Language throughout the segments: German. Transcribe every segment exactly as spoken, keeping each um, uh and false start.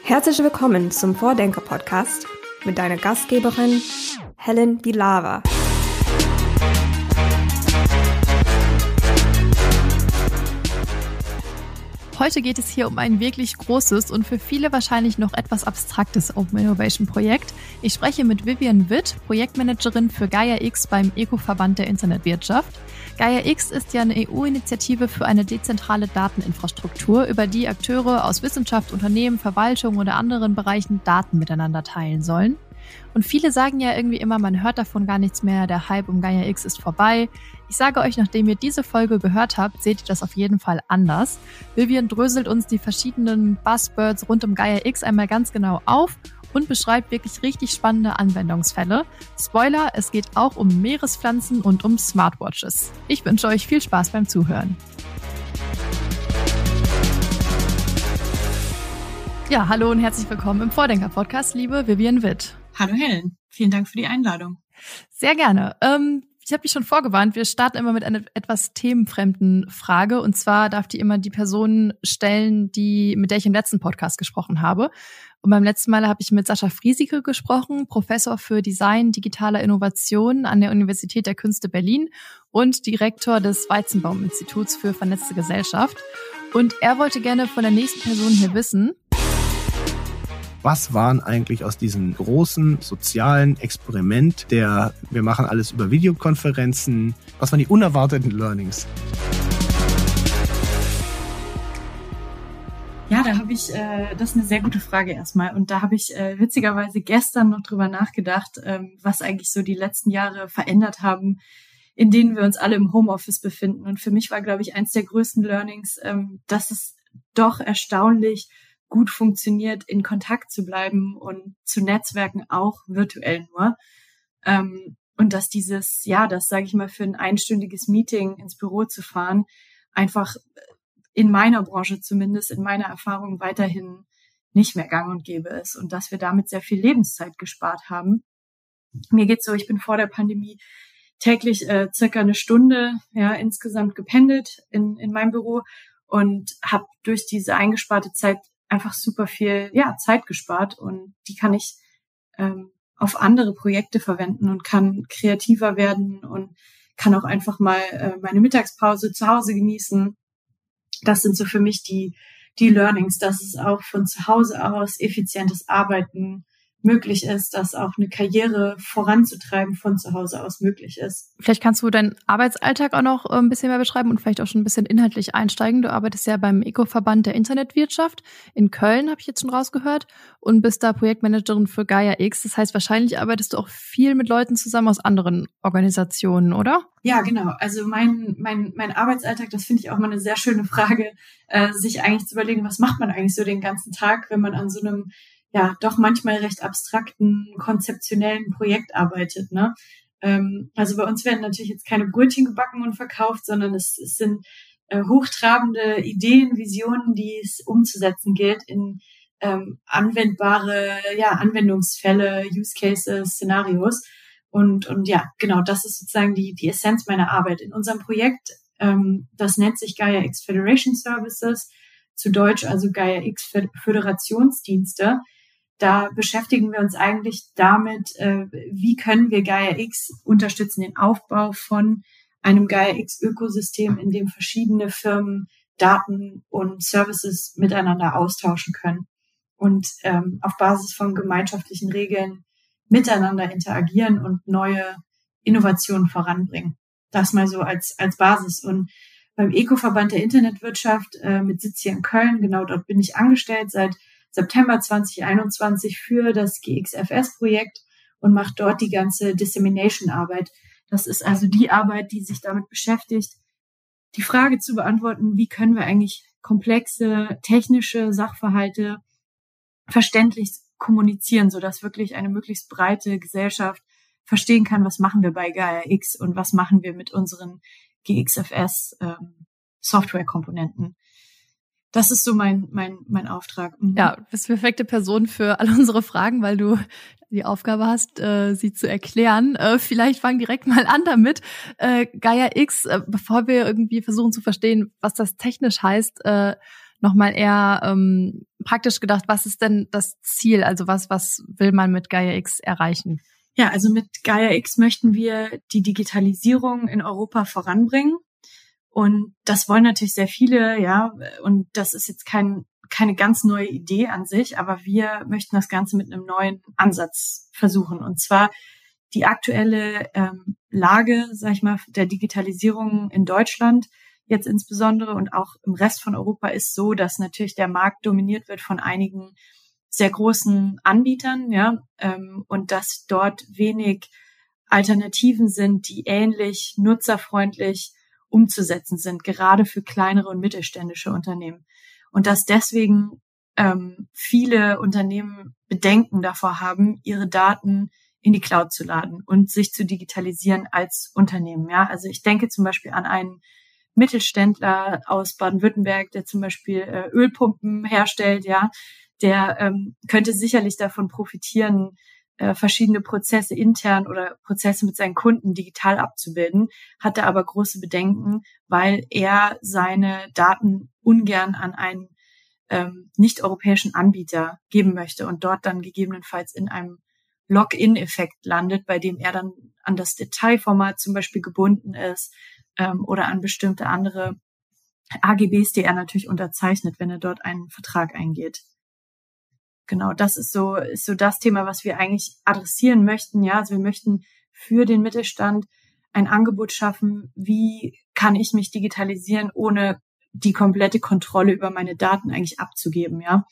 Herzlich willkommen zum Vordenker-Podcast mit deiner Gastgeberin Helen Bilava. Heute geht es hier um ein wirklich großes und für viele wahrscheinlich noch etwas abstraktes Open Innovation Projekt. Ich spreche mit Vivian Witt, Projektmanagerin für Gaia-X beim Eco-Verband der Internetwirtschaft. Gaia-X ist ja eine E U-Initiative für eine dezentrale Dateninfrastruktur, über die Akteure aus Wissenschaft, Unternehmen, Verwaltung oder anderen Bereichen Daten miteinander teilen sollen. Und viele sagen ja irgendwie immer, man hört davon gar nichts mehr, der Hype um Gaia-X ist vorbei. Ich sage euch, nachdem ihr diese Folge gehört habt, seht ihr das auf jeden Fall anders. Vivian dröselt uns die verschiedenen Buzzwords rund um Gaia-X einmal ganz genau auf und beschreibt wirklich richtig spannende Anwendungsfälle. Spoiler, es geht auch um Meerespflanzen und um Smartwatches. Ich wünsche euch viel Spaß beim Zuhören. Ja, hallo und herzlich willkommen im Vordenker-Podcast, liebe Vivian Witt. Hallo Helen, vielen Dank für die Einladung. Sehr gerne. Ähm, ich habe dich schon vorgewarnt, wir starten immer mit einer etwas themenfremden Frage. Und zwar darf die immer die Person stellen, die mit der ich im letzten Podcast gesprochen habe. Und beim letzten Mal habe ich mit Sascha Friesike gesprochen, Professor für Design digitaler Innovation an der Universität der Künste Berlin und Direktor des Weizenbaum-Instituts für vernetzte Gesellschaft. Und er wollte gerne von der nächsten Person hier wissen: Was waren eigentlich aus diesem großen sozialen Experiment, der wir machen alles über Videokonferenzen, was waren die unerwarteten Learnings? Ja, da habe ich, äh, das ist eine sehr gute Frage erstmal. Und da habe ich äh, witzigerweise gestern noch drüber nachgedacht, ähm, was eigentlich so die letzten Jahre verändert haben, in denen wir uns alle im Homeoffice befinden. Und für mich war, glaube ich, eins der größten Learnings, ähm, dass es doch erstaunlich gut funktioniert, in Kontakt zu bleiben und zu netzwerken, auch virtuell nur. Ähm, und dass dieses, ja, das sage ich mal, für ein einstündiges Meeting ins Büro zu fahren, einfach in meiner Branche zumindest, in meiner Erfahrung weiterhin nicht mehr gang und gäbe ist und dass wir damit sehr viel Lebenszeit gespart haben. Mir geht's so, ich bin vor der Pandemie täglich äh, circa eine Stunde ja insgesamt gependelt in, in meinem Büro und habe durch diese eingesparte Zeit einfach super viel ja Zeit gespart und die kann ich ähm, auf andere Projekte verwenden und kann kreativer werden und kann auch einfach mal äh, meine Mittagspause zu Hause genießen. Das sind so für mich die die Learnings, dass es auch von zu Hause aus effizientes Arbeiten möglich ist, dass auch eine Karriere voranzutreiben von zu Hause aus möglich ist. Vielleicht kannst du deinen Arbeitsalltag auch noch ein bisschen mehr beschreiben und vielleicht auch schon ein bisschen inhaltlich einsteigen. Du arbeitest ja beim Eco-Verband der Internetwirtschaft in Köln, habe ich jetzt schon rausgehört, und bist da Projektmanagerin für Gaia-X. Das heißt, wahrscheinlich arbeitest du auch viel mit Leuten zusammen aus anderen Organisationen, oder? Ja, genau. Also mein mein mein Arbeitsalltag, das finde ich auch mal eine sehr schöne Frage, äh, sich eigentlich zu überlegen, was macht man eigentlich so den ganzen Tag, wenn man an so einem ja doch manchmal recht abstrakten, konzeptionellen Projekt arbeitet, ne? Ähm, also bei uns werden natürlich jetzt keine Brötchen gebacken und verkauft, sondern es, es sind äh, hochtrabende Ideen, Visionen, die es umzusetzen gilt in ähm, anwendbare, ja, Anwendungsfälle, Use Cases, Szenarios. Und, und ja, genau, das ist sozusagen die, die Essenz meiner Arbeit. In unserem Projekt, ähm, das nennt sich Gaia-X Federation Services, zu Deutsch also Gaia-X Föderationsdienste. Da beschäftigen wir uns eigentlich damit, äh, wie können wir Gaia-X unterstützen, den Aufbau von einem Gaia-X-Ökosystem, in dem verschiedene Firmen Daten und Services miteinander austauschen können und ähm, auf Basis von gemeinschaftlichen Regeln miteinander interagieren und neue Innovationen voranbringen. Das mal so als als Basis. Und beim Eco-Verband der Internetwirtschaft äh, mit Sitz hier in Köln, genau dort bin ich angestellt seit September zwanzig einundzwanzig für das G X F S-Projekt und mache dort die ganze Dissemination-Arbeit. Das ist also die Arbeit, die sich damit beschäftigt, die Frage zu beantworten, wie können wir eigentlich komplexe technische Sachverhalte verständlich kommunizieren, sodass wirklich eine möglichst breite Gesellschaft verstehen kann, was machen wir bei Gaia-X und was machen wir mit unseren G X F S-Software-Komponenten. Das ist so mein mein mein Auftrag. Mhm. Ja, du bist die perfekte Person für all unsere Fragen, weil du die Aufgabe hast, äh, sie zu erklären. Äh, vielleicht fang direkt mal an damit. Äh, Gaia-X, äh, bevor wir irgendwie versuchen zu verstehen, was das technisch heißt, äh, nochmal eher ähm, praktisch gedacht, was ist denn das Ziel? Also was, was will man mit Gaia X erreichen? Ja, also mit Gaia X möchten wir die Digitalisierung in Europa voranbringen. Und das wollen natürlich sehr viele, ja. Und das ist jetzt kein, keine ganz neue Idee an sich, aber wir möchten das Ganze mit einem neuen Ansatz versuchen. Und zwar die aktuelle ähm, Lage, sag ich mal, der Digitalisierung in Deutschland jetzt insbesondere und auch im Rest von Europa ist so, dass natürlich der Markt dominiert wird von einigen sehr großen Anbietern, ja, ähm, und dass dort wenig Alternativen sind, die ähnlich nutzerfreundlich umzusetzen sind, gerade für kleinere und mittelständische Unternehmen. Und dass deswegen ähm, viele Unternehmen Bedenken davor haben, ihre Daten in die Cloud zu laden und sich zu digitalisieren als Unternehmen. Ja, also ich denke zum Beispiel an einen Mittelständler aus Baden-Württemberg, der zum Beispiel äh, Ölpumpen herstellt, ja, der ähm, könnte sicherlich davon profitieren, äh, verschiedene Prozesse intern oder Prozesse mit seinen Kunden digital abzubilden, hatte aber große Bedenken, weil er seine Daten ungern an einen ähm, nicht-europäischen Anbieter geben möchte und dort dann gegebenenfalls in einem Login-Effekt landet, bei dem er dann an das Detailformat zum Beispiel gebunden ist ähm, oder an bestimmte andere A G Bs, die er natürlich unterzeichnet, wenn er dort einen Vertrag eingeht. Genau, das ist so ist so das Thema, was wir eigentlich adressieren möchten. Ja, also wir möchten für den Mittelstand ein Angebot schaffen, wie kann ich mich digitalisieren, ohne die komplette Kontrolle über meine Daten eigentlich abzugeben. Ja,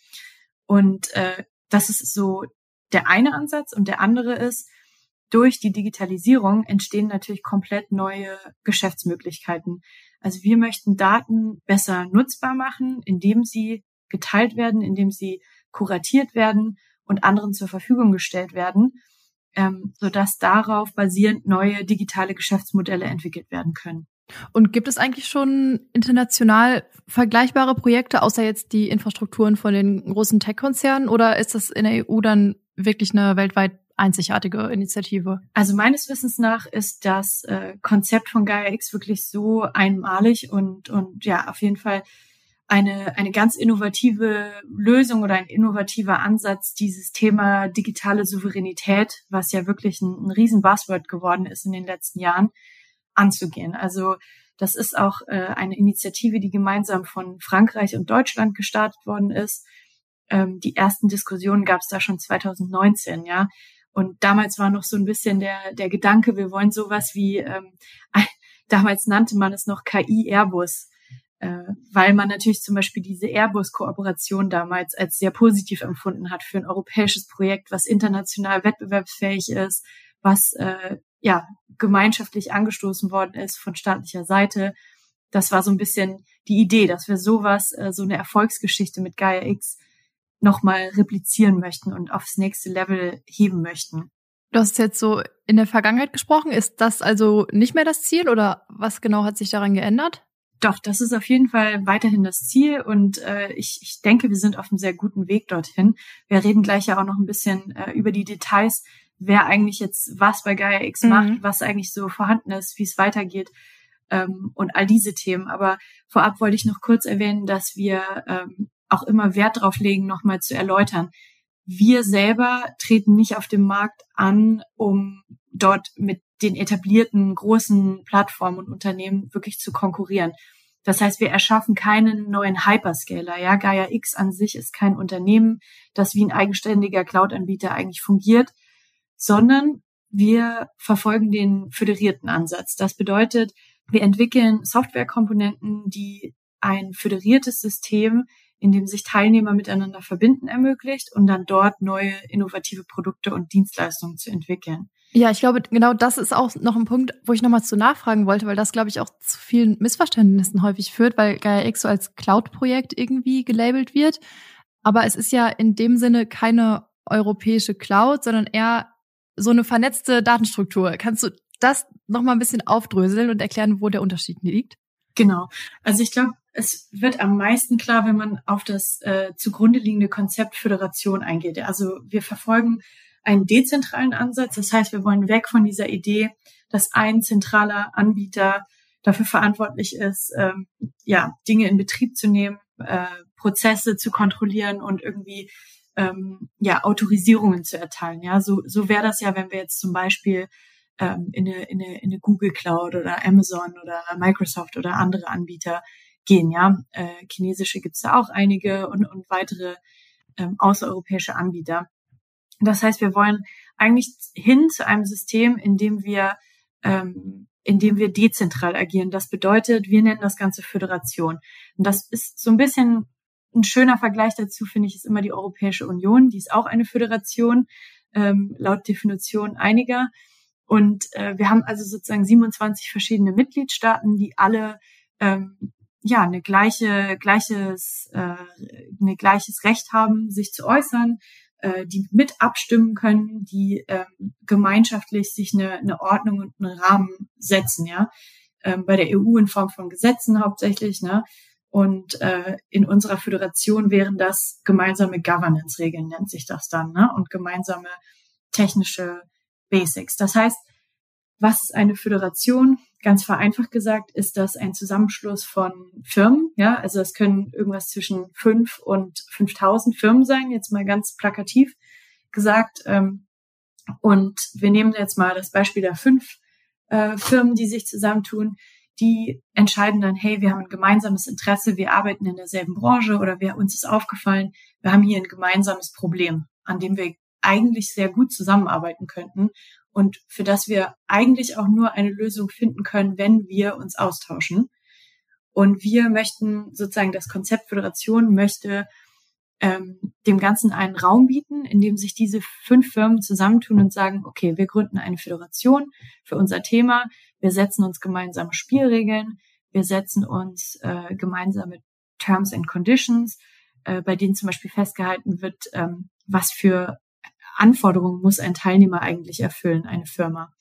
und äh, das ist so der eine Ansatz. Und der andere ist, durch die Digitalisierung entstehen natürlich komplett neue Geschäftsmöglichkeiten. Also wir möchten Daten besser nutzbar machen, indem sie geteilt werden, indem sie kuratiert werden und anderen zur Verfügung gestellt werden, ähm, sodass darauf basierend neue digitale Geschäftsmodelle entwickelt werden können. Und gibt es eigentlich schon international vergleichbare Projekte, außer jetzt die Infrastrukturen von den großen Tech-Konzernen, oder ist das in der E U dann wirklich eine weltweit einzigartige Initiative? Also meines Wissens nach ist das äh, Konzept von Gaia X wirklich so einmalig und und ja, auf jeden Fall eine eine ganz innovative Lösung oder ein innovativer Ansatz, dieses Thema digitale Souveränität, was ja wirklich ein, ein riesen Buzzword geworden ist in den letzten Jahren, anzugehen. Also das ist auch äh, eine Initiative, die gemeinsam von Frankreich und Deutschland gestartet worden ist. Ähm, die ersten Diskussionen gab es da schon zwanzig neunzehn, ja. Und damals war noch so ein bisschen der der Gedanke, wir wollen sowas wie, ähm, damals nannte man es noch K I Airbus, äh, weil man natürlich zum Beispiel diese Airbus-Kooperation damals als sehr positiv empfunden hat für ein europäisches Projekt, was international wettbewerbsfähig ist, was äh, ja gemeinschaftlich angestoßen worden ist von staatlicher Seite. Das war so ein bisschen die Idee, dass wir sowas, äh, so eine Erfolgsgeschichte mit Gaia X nochmal replizieren möchten und aufs nächste Level heben möchten. Du hast jetzt so in der Vergangenheit gesprochen. Ist das also nicht mehr das Ziel oder was genau hat sich daran geändert? Doch, das ist auf jeden Fall weiterhin das Ziel und äh, ich, ich denke, wir sind auf einem sehr guten Weg dorthin. Wir reden gleich ja auch noch ein bisschen äh, über die Details, wer eigentlich jetzt was bei Gaia X mhm. macht, was eigentlich so vorhanden ist, wie es weitergeht ähm, und all diese Themen. Aber vorab wollte ich noch kurz erwähnen, dass wir ähm, auch immer Wert drauf legen, nochmal zu erläutern. Wir selber treten nicht auf dem Markt an, um dort mit den etablierten großen Plattformen und Unternehmen wirklich zu konkurrieren. Das heißt, wir erschaffen keinen neuen Hyperscaler. Ja, Gaia X an sich ist kein Unternehmen, das wie ein eigenständiger Cloud-Anbieter eigentlich fungiert, sondern wir verfolgen den föderierten Ansatz. Das bedeutet, wir entwickeln Softwarekomponenten, die ein föderiertes System, in dem sich Teilnehmer miteinander verbinden, ermöglicht und dann dort neue innovative Produkte und Dienstleistungen zu entwickeln. Ja, ich glaube, genau das ist auch noch ein Punkt, wo ich nochmal zu nachfragen wollte, weil das, glaube ich, auch zu vielen Missverständnissen häufig führt, weil Gaia X so als Cloud-Projekt irgendwie gelabelt wird. Aber es ist ja in dem Sinne keine europäische Cloud, sondern eher so eine vernetzte Datenstruktur. Kannst du das nochmal ein bisschen aufdröseln und erklären, wo der Unterschied liegt? Genau. Also ich glaube, es wird am meisten klar, wenn man auf das äh, zugrunde liegende Konzept Föderation eingeht. Also wir verfolgen einen dezentralen Ansatz. Das heißt, wir wollen weg von dieser Idee, dass ein zentraler Anbieter dafür verantwortlich ist, ähm, ja, Dinge in Betrieb zu nehmen, äh, Prozesse zu kontrollieren und irgendwie ähm, ja Autorisierungen zu erteilen. Ja, so so wäre das ja, wenn wir jetzt zum Beispiel ähm, in eine in eine in eine Google Cloud oder Amazon oder Microsoft oder andere Anbieter gehen. Ja, äh, chinesische gibt's da auch einige und und weitere ähm, außereuropäische Anbieter. Das heißt, wir wollen eigentlich hin zu einem System, in dem wir ähm, in dem wir dezentral agieren. Das bedeutet, wir nennen das Ganze Föderation. Und das ist so ein bisschen ein schöner Vergleich dazu, finde ich, ist immer die Europäische Union. Die ist auch eine Föderation, ähm, laut Definition einiger. Und äh, wir haben also sozusagen siebenundzwanzig verschiedene Mitgliedstaaten, die alle ähm, ja eine gleiche gleiches äh, eine gleiches Recht haben, sich zu äußern, die mit abstimmen können, die ähm, gemeinschaftlich sich eine, eine Ordnung und einen Rahmen setzen, ja, ähm, bei der E U in Form von Gesetzen hauptsächlich, ne, und äh, in unserer Föderation wären das gemeinsame Governance-Regeln, nennt sich das dann, ne, und gemeinsame technische Basics. Das heißt, was ist eine Föderation? Ganz vereinfacht gesagt ist das ein Zusammenschluss von Firmen, ja, also es können irgendwas zwischen fünf und fünftausend Firmen sein, jetzt mal ganz plakativ gesagt. Ähm, und wir nehmen jetzt mal das Beispiel der fünf äh, Firmen, die sich zusammentun, die entscheiden dann, hey, wir haben ein gemeinsames Interesse, wir arbeiten in derselben Branche oder wir, uns ist aufgefallen, wir haben hier ein gemeinsames Problem, an dem wir eigentlich sehr gut zusammenarbeiten könnten und für das wir eigentlich auch nur eine Lösung finden können, wenn wir uns austauschen. Und wir möchten sozusagen, das Konzept Föderation möchte ähm, dem Ganzen einen Raum bieten, in dem sich diese fünf Firmen zusammentun und sagen, okay, wir gründen eine Föderation für unser Thema, wir setzen uns gemeinsame Spielregeln, wir setzen uns äh, gemeinsame Terms and Conditions, äh, bei denen zum Beispiel festgehalten wird, ähm, was für Anforderungen muss ein Teilnehmer eigentlich erfüllen, eine Firma.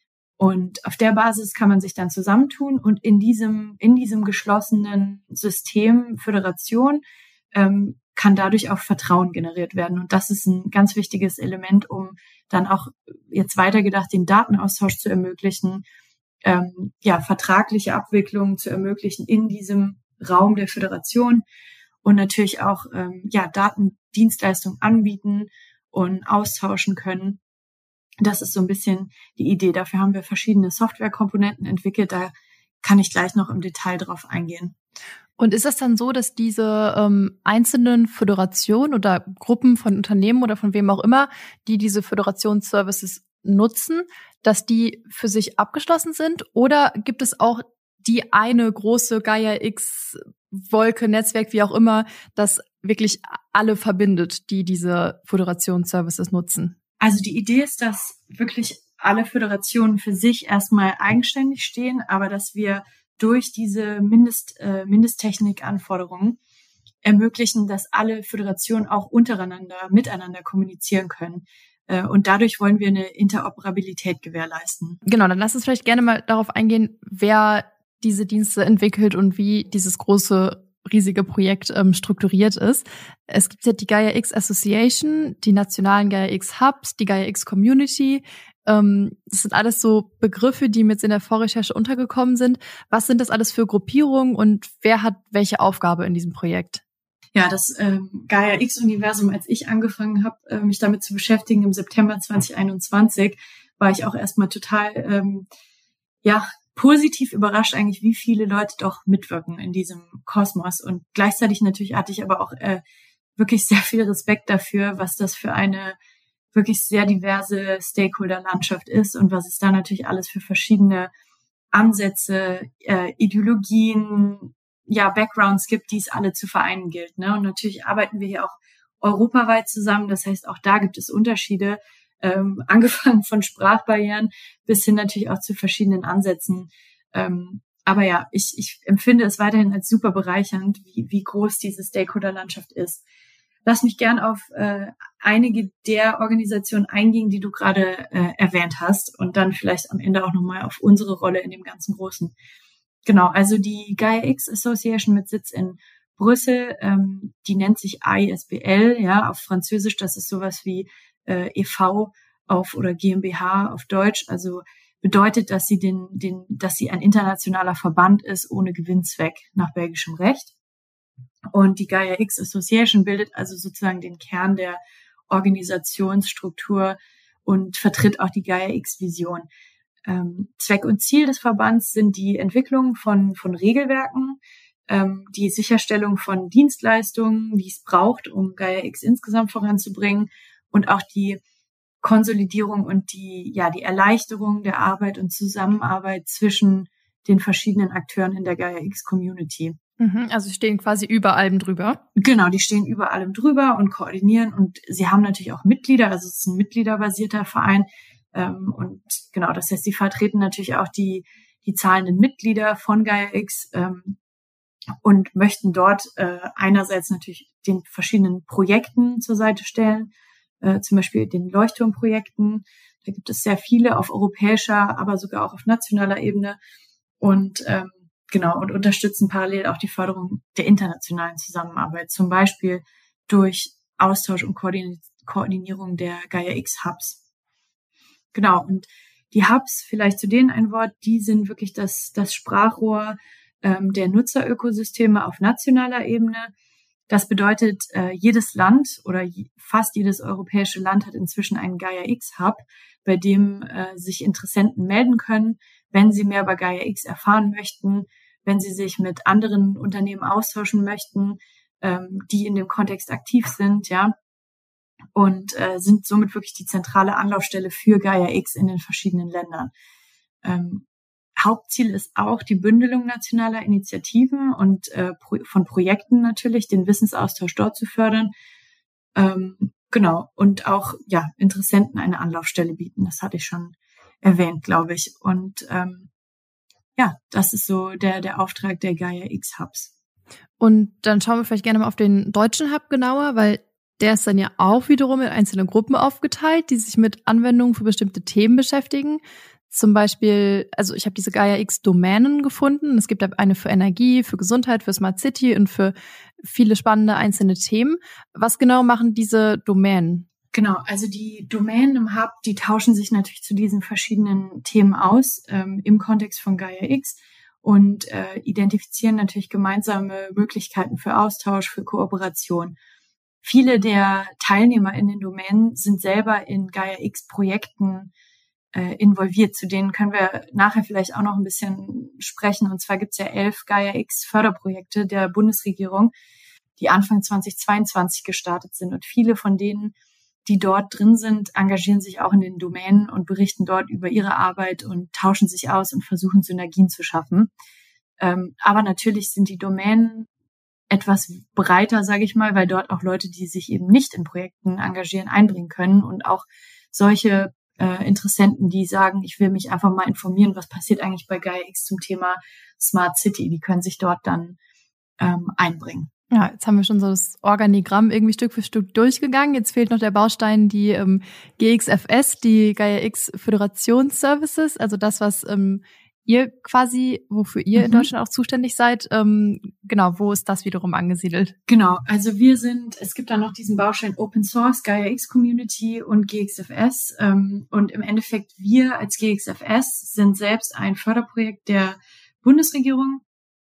Und auf der Basis kann man sich dann zusammentun und in diesem in diesem geschlossenen System Föderation ähm, kann dadurch auch Vertrauen generiert werden. Und das ist ein ganz wichtiges Element, um dann auch jetzt weitergedacht den Datenaustausch zu ermöglichen, ähm, ja vertragliche Abwicklungen zu ermöglichen in diesem Raum der Föderation und natürlich auch ähm, ja Datendienstleistungen anbieten und austauschen können. Das ist so ein bisschen die Idee. Dafür haben wir verschiedene Softwarekomponenten entwickelt. Da kann ich gleich noch im Detail drauf eingehen. Und ist es dann so, dass diese ähm, einzelnen Föderationen oder Gruppen von Unternehmen oder von wem auch immer, die diese Föderationsservices nutzen, dass die für sich abgeschlossen sind? Oder gibt es auch die eine große Gaia-X-Wolke, Netzwerk, wie auch immer, das wirklich alle verbindet, die diese Föderationsservices nutzen? Also die Idee ist, dass wirklich alle Föderationen für sich erstmal eigenständig stehen, aber dass wir durch diese Mindest, äh, Mindesttechnik-Anforderungen ermöglichen, dass alle Föderationen auch untereinander, miteinander kommunizieren können. Äh, und dadurch wollen wir eine Interoperabilität gewährleisten. Genau, dann lass uns vielleicht gerne mal darauf eingehen, wer diese Dienste entwickelt und wie dieses große riesige Projekt ähm, strukturiert ist. Es gibt ja die Gaia-X Association, die nationalen Gaia-X Hubs, die Gaia-X Community. Ähm, das sind alles so Begriffe, die mir jetzt in der Vorrecherche untergekommen sind. Was sind das alles für Gruppierungen und wer hat welche Aufgabe in diesem Projekt? Ja, das ähm, Gaia-X-Universum, als ich angefangen habe, äh, mich damit zu beschäftigen im September zwanzig einundzwanzig, war ich auch erstmal total ähm, ja positiv überrascht eigentlich, wie viele Leute doch mitwirken in diesem Kosmos. Und gleichzeitig natürlich hatte ich aber auch äh, wirklich sehr viel Respekt dafür, was das für eine wirklich sehr diverse Stakeholder-Landschaft ist und was es da natürlich alles für verschiedene Ansätze, äh, Ideologien, ja, Backgrounds gibt, die es alle zu vereinen gilt. Ne? Und natürlich arbeiten wir hier auch europaweit zusammen. Das heißt, auch da gibt es Unterschiede, ähm, angefangen von Sprachbarrieren bis hin natürlich auch zu verschiedenen Ansätzen. Ähm, aber ja, ich, ich empfinde es weiterhin als super bereichernd, wie, wie groß diese Stakeholder-Landschaft ist. Lass mich gern auf äh, einige der Organisationen eingehen, die du gerade äh, erwähnt hast und dann vielleicht am Ende auch nochmal auf unsere Rolle in dem ganzen Großen. Genau, also die Gaia-X Association mit Sitz in Brüssel, ähm, die nennt sich A I S B L, ja, auf Französisch, das ist sowas wie äh, E V auf oder GmbH auf Deutsch, also bedeutet, dass sie den, den, dass sie ein internationaler Verband ist ohne Gewinnzweck nach belgischem Recht. Und die Gaia X Association bildet also sozusagen den Kern der Organisationsstruktur und vertritt auch die Gaia X Vision. Ähm, Zweck und Ziel des Verbands sind die Entwicklung von, von Regelwerken, ähm, die Sicherstellung von Dienstleistungen, die es braucht, um Gaia X insgesamt voranzubringen, und auch die Konsolidierung und die, ja, die Erleichterung der Arbeit und Zusammenarbeit zwischen den verschiedenen Akteuren in der Gaia X Community. Mhm, also sie stehen quasi über allem drüber. Genau, die stehen über allem drüber und koordinieren, und sie haben natürlich auch Mitglieder, also es ist ein mitgliederbasierter Verein. Ähm, und genau, das heißt, sie vertreten natürlich auch die, die zahlenden Mitglieder von Gaia X, ähm, und möchten dort äh, einerseits natürlich den verschiedenen Projekten zur Seite stellen, äh, zum Beispiel den Leuchtturmprojekten. Da gibt es sehr viele auf europäischer, aber sogar auch auf nationaler Ebene, und ähm, genau, und unterstützen parallel auch die Förderung der internationalen Zusammenarbeit, zum Beispiel durch Austausch und Koordin- Koordinierung der Gaia X Hubs. Genau, und die Hubs, vielleicht zu denen ein Wort, die sind wirklich das, das Sprachrohr ähm, der Nutzerökosysteme auf nationaler Ebene. Das bedeutet, äh, jedes Land oder je, fast jedes europäische Land hat inzwischen einen Gaia X Hub, bei dem äh, sich Interessenten melden können, wenn sie mehr über Gaia X erfahren möchten, wenn sie sich mit anderen Unternehmen austauschen möchten, ähm, die in dem Kontext aktiv sind, ja. Und äh, sind somit wirklich die zentrale Anlaufstelle für Gaia X in den verschiedenen Ländern. Ähm, Hauptziel ist auch die Bündelung nationaler Initiativen und äh, pro- von Projekten natürlich, den Wissensaustausch dort zu fördern. Ähm, genau, und auch ja Interessenten eine Anlaufstelle bieten. Das hatte ich schon erwähnt, glaube ich. Und ähm, ja, das ist so der der Auftrag der Gaia X Hubs. Und dann schauen wir vielleicht gerne mal auf den deutschen Hub genauer, weil der ist dann ja auch wiederum in einzelne Gruppen aufgeteilt, die sich mit Anwendungen für bestimmte Themen beschäftigen. Zum Beispiel, also ich habe diese Gaia X Domänen gefunden. Es gibt eine für Energie, für Gesundheit, für Smart City und für viele spannende einzelne Themen. Was genau machen diese Domänen? Genau, also die Domänen im Hub, die tauschen sich natürlich zu diesen verschiedenen Themen aus ähm, im Kontext von Gaia X und äh, identifizieren natürlich gemeinsame Möglichkeiten für Austausch, für Kooperation. Viele der Teilnehmer in den Domänen sind selber in Gaia X-Projekten äh, involviert. Zu denen können wir nachher vielleicht auch noch ein bisschen sprechen. Und zwar gibt es ja elf Gaia X-Förderprojekte der Bundesregierung, die Anfang zweitausendzweiundzwanzig gestartet sind. Und viele von denen, die dort drin sind, engagieren sich auch in den Domänen und berichten dort über ihre Arbeit und tauschen sich aus und versuchen, Synergien zu schaffen. Ähm, aber natürlich sind die Domänen etwas breiter, sage ich mal, weil dort auch Leute, die sich eben nicht in Projekten engagieren, einbringen können, und auch solche äh, Interessenten, die sagen, ich will mich einfach mal informieren, was passiert eigentlich bei Gaia X zum Thema Smart City, die können sich dort dann ähm, einbringen. Ja, jetzt haben wir schon so das Organigramm irgendwie Stück für Stück durchgegangen. Jetzt fehlt noch der Baustein, die ähm, G X F S, die Gaia X Föderationsservices, also das, was ähm, ihr quasi, wofür ihr mhm. in Deutschland auch zuständig seid, ähm, genau, wo ist das wiederum angesiedelt? Genau, also wir sind, es gibt da noch diesen Baustein Open Source, Gaia X Community und G X F S, ähm, und im Endeffekt wir als G X F S sind selbst ein Förderprojekt der Bundesregierung.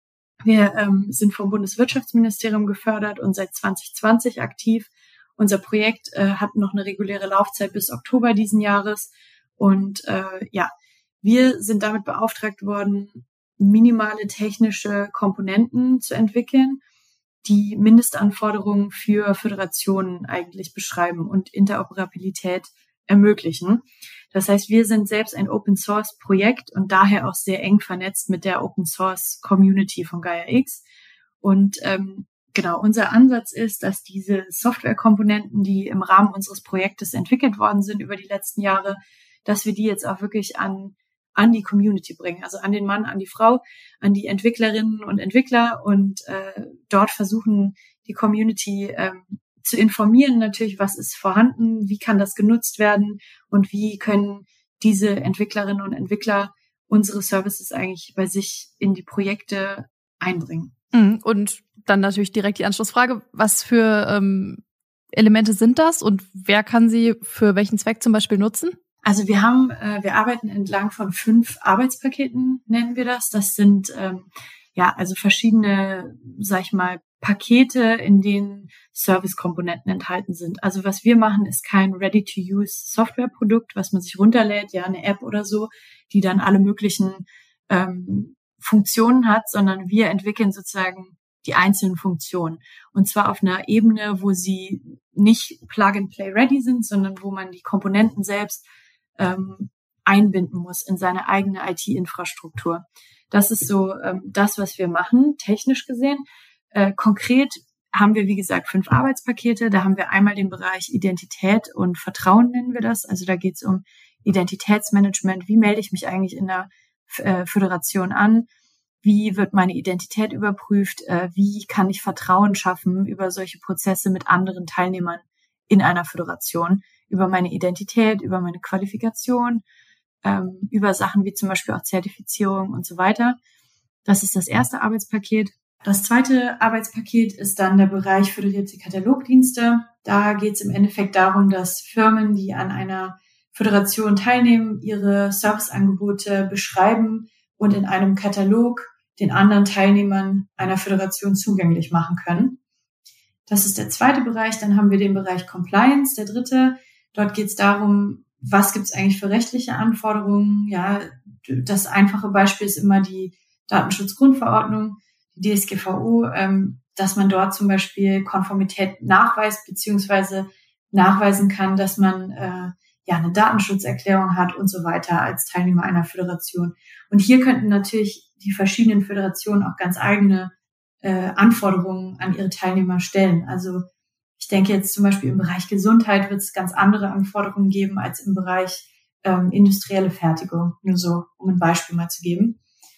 Wir ähm, sind vom Bundeswirtschaftsministerium gefördert und seit zwanzig zwanzig aktiv. Unser Projekt äh, hat noch eine reguläre Laufzeit bis Oktober diesen Jahres, und äh, ja, wir sind damit beauftragt worden, minimale technische Komponenten zu entwickeln, die Mindestanforderungen für Föderationen eigentlich beschreiben und Interoperabilität ermöglichen. Das heißt, wir sind selbst ein Open-Source-Projekt und daher auch sehr eng vernetzt mit der Open-Source-Community von Gaia X. Und ähm, genau, unser Ansatz ist, dass diese Softwarekomponenten, die im Rahmen unseres Projektes entwickelt worden sind über die letzten Jahre, dass wir die jetzt auch wirklich an an die Community bringen, also an den Mann, an die Frau, an die Entwicklerinnen und Entwickler, und äh, dort versuchen, die Community ähm, zu informieren, natürlich, was ist vorhanden, wie kann das genutzt werden und wie können diese Entwicklerinnen und Entwickler unsere Services eigentlich bei sich in die Projekte einbringen. Und dann natürlich direkt die Anschlussfrage, was für ähm, Elemente sind das und wer kann sie für welchen Zweck zum Beispiel nutzen? Also wir haben, äh, wir arbeiten entlang von fünf Arbeitspaketen, nennen wir das. Das sind ähm, ja, also verschiedene, sag ich mal, Pakete, in denen Service-Komponenten enthalten sind. Also was wir machen, ist kein Ready-to-Use-Software-Produkt, was man sich runterlädt, ja, eine App oder so, die dann alle möglichen ähm, Funktionen hat, sondern wir entwickeln sozusagen die einzelnen Funktionen. Und zwar auf einer Ebene, wo sie nicht Plug-and-Play-ready sind, sondern wo man die Komponenten selbst ähm, einbinden muss in seine eigene I T-Infrastruktur. Das ist so ähm, das, was wir machen, technisch gesehen. Äh, konkret haben wir, wie gesagt, fünf Arbeitspakete. Da haben wir einmal den Bereich Identität und Vertrauen, nennen wir das. Also da geht es um Identitätsmanagement. Wie melde ich mich eigentlich in der äh, Föderation an? Wie wird meine Identität überprüft? Äh, wie kann ich Vertrauen schaffen über solche Prozesse mit anderen Teilnehmern in einer Föderation? Über meine Identität, über meine Qualifikation, ähm, über Sachen wie zum Beispiel auch Zertifizierung und so weiter. Das ist das erste Arbeitspaket. Das zweite Arbeitspaket ist dann der Bereich föderierte Katalogdienste. Da geht es im Endeffekt darum, dass Firmen, die an einer Föderation teilnehmen, ihre Serviceangebote beschreiben und in einem Katalog den anderen Teilnehmern einer Föderation zugänglich machen können. Das ist der zweite Bereich. Dann haben wir den Bereich Compliance, der dritte. Dort geht es darum, was gibt es eigentlich für rechtliche Anforderungen. Ja, das einfache Beispiel ist immer die Datenschutzgrundverordnung, die D S G V O, ähm, dass man dort zum Beispiel Konformität nachweist beziehungsweise nachweisen kann, dass man äh, ja eine Datenschutzerklärung hat und so weiter als Teilnehmer einer Föderation. Und hier könnten natürlich die verschiedenen Föderationen auch ganz eigene äh, Anforderungen an ihre Teilnehmer stellen. Also ich denke jetzt zum Beispiel im Bereich Gesundheit wird es ganz andere Anforderungen geben als im Bereich ähm, industrielle Fertigung. Nur so, um ein Beispiel mal zu geben.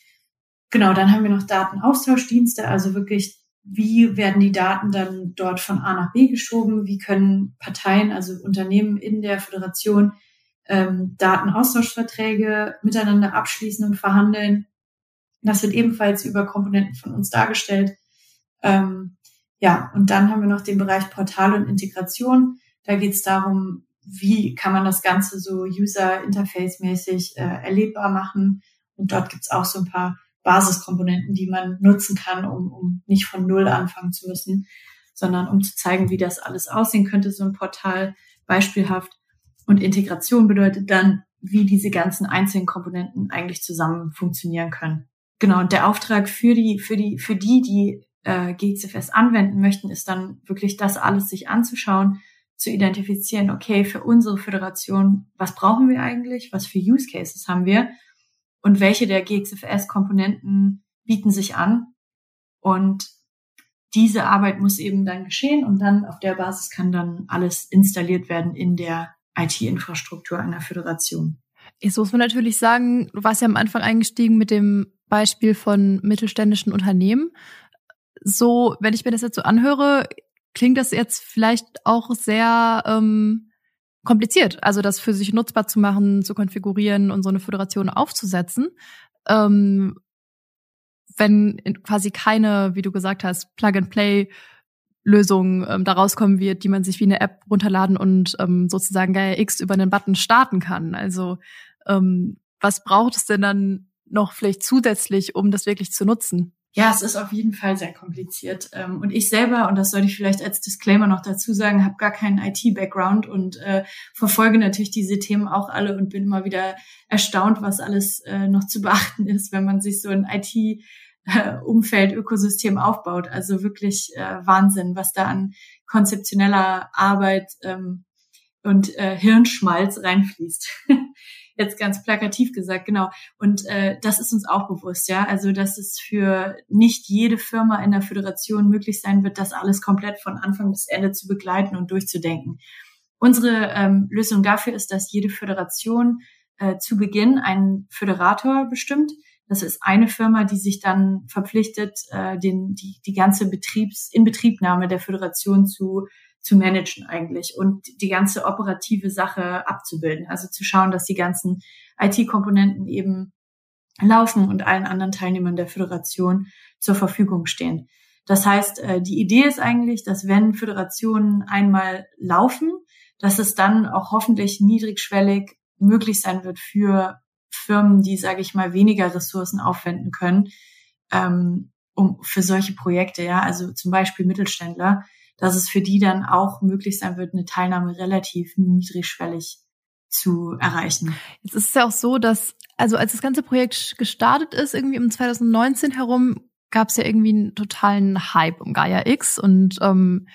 Genau, dann haben wir noch Datenaustauschdienste, also wirklich, wie werden die Daten dann dort von A nach B geschoben? Wie können Parteien, also Unternehmen in der Föderation, ähm, Datenaustauschverträge miteinander abschließen und verhandeln? Das wird ebenfalls über Komponenten von uns dargestellt. Ähm, ja, und dann haben wir noch den Bereich Portal und Integration. Da geht es darum, wie kann man das Ganze so User-Interface-mäßig äh, erlebbar machen. Und dort gibt es auch so ein paar Basiskomponenten, die man nutzen kann, um, um nicht von Null anfangen zu müssen, sondern um zu zeigen, wie das alles aussehen könnte, so ein Portal beispielhaft. Und Integration bedeutet dann, wie diese ganzen einzelnen Komponenten eigentlich zusammen funktionieren können. Genau, und der Auftrag für die, für die, für die, die äh, G X F S anwenden möchten, ist dann wirklich das alles sich anzuschauen, zu identifizieren, okay, für unsere Föderation, was brauchen wir eigentlich, was für Use Cases haben wir und welche der G X F S-Komponenten bieten sich an. Und diese Arbeit muss eben dann geschehen und dann auf der Basis kann dann alles installiert werden in der I T-Infrastruktur einer Föderation. Jetzt muss man natürlich sagen, du warst ja am Anfang eingestiegen mit dem Beispiel von mittelständischen Unternehmen. So, wenn ich mir das jetzt so anhöre, klingt das jetzt vielleicht auch sehr ähm, kompliziert, also das für sich nutzbar zu machen, zu konfigurieren und so eine Föderation aufzusetzen. Ähm, wenn quasi keine, wie du gesagt hast, Plug-and-Play-Lösung ähm, da rauskommen wird, die man sich wie eine App runterladen und ähm, sozusagen Gaia X über einen Button starten kann. Also ähm, was braucht es denn dann noch vielleicht zusätzlich, um das wirklich zu nutzen? Ja, es ist auf jeden Fall sehr kompliziert. Und ich selber, und das sollte ich vielleicht als Disclaimer noch dazu sagen, habe gar keinen I T-Background und äh, verfolge natürlich diese Themen auch alle und bin immer wieder erstaunt, was alles äh, noch zu beachten ist, wenn man sich so ein I T-Umfeld, Ökosystem aufbaut. Also wirklich äh, Wahnsinn, was da an konzeptioneller Arbeit ähm, und äh, Hirnschmalz reinfließt. Jetzt ganz plakativ gesagt, genau. Und äh, das ist uns auch bewusst, ja. Also, dass es für nicht jede Firma in der Föderation möglich sein wird, das alles komplett von Anfang bis Ende zu begleiten und durchzudenken. Unsere ähm, Lösung dafür ist, dass jede Föderation äh, zu Beginn einen Föderator bestimmt. Das ist eine Firma, die sich dann verpflichtet, äh, den die die ganze Betriebs Inbetriebnahme der Föderation zu zu managen eigentlich und die ganze operative Sache abzubilden. Also zu schauen, dass die ganzen I T-Komponenten eben laufen und allen anderen Teilnehmern der Föderation zur Verfügung stehen. Das heißt, die Idee ist eigentlich, dass wenn Föderationen einmal laufen, dass es dann auch hoffentlich niedrigschwellig möglich sein wird für Firmen, die, sage ich mal, weniger Ressourcen aufwenden können, ähm, um für solche Projekte, ja, also zum Beispiel Mittelständler, dass es für die dann auch möglich sein wird, eine Teilnahme relativ niedrigschwellig zu erreichen. Jetzt ist es ja auch so, dass, also als das ganze Projekt gestartet ist, irgendwie um zwanzig neunzehn herum, gab es ja irgendwie einen totalen Hype um Gaia X und ähm,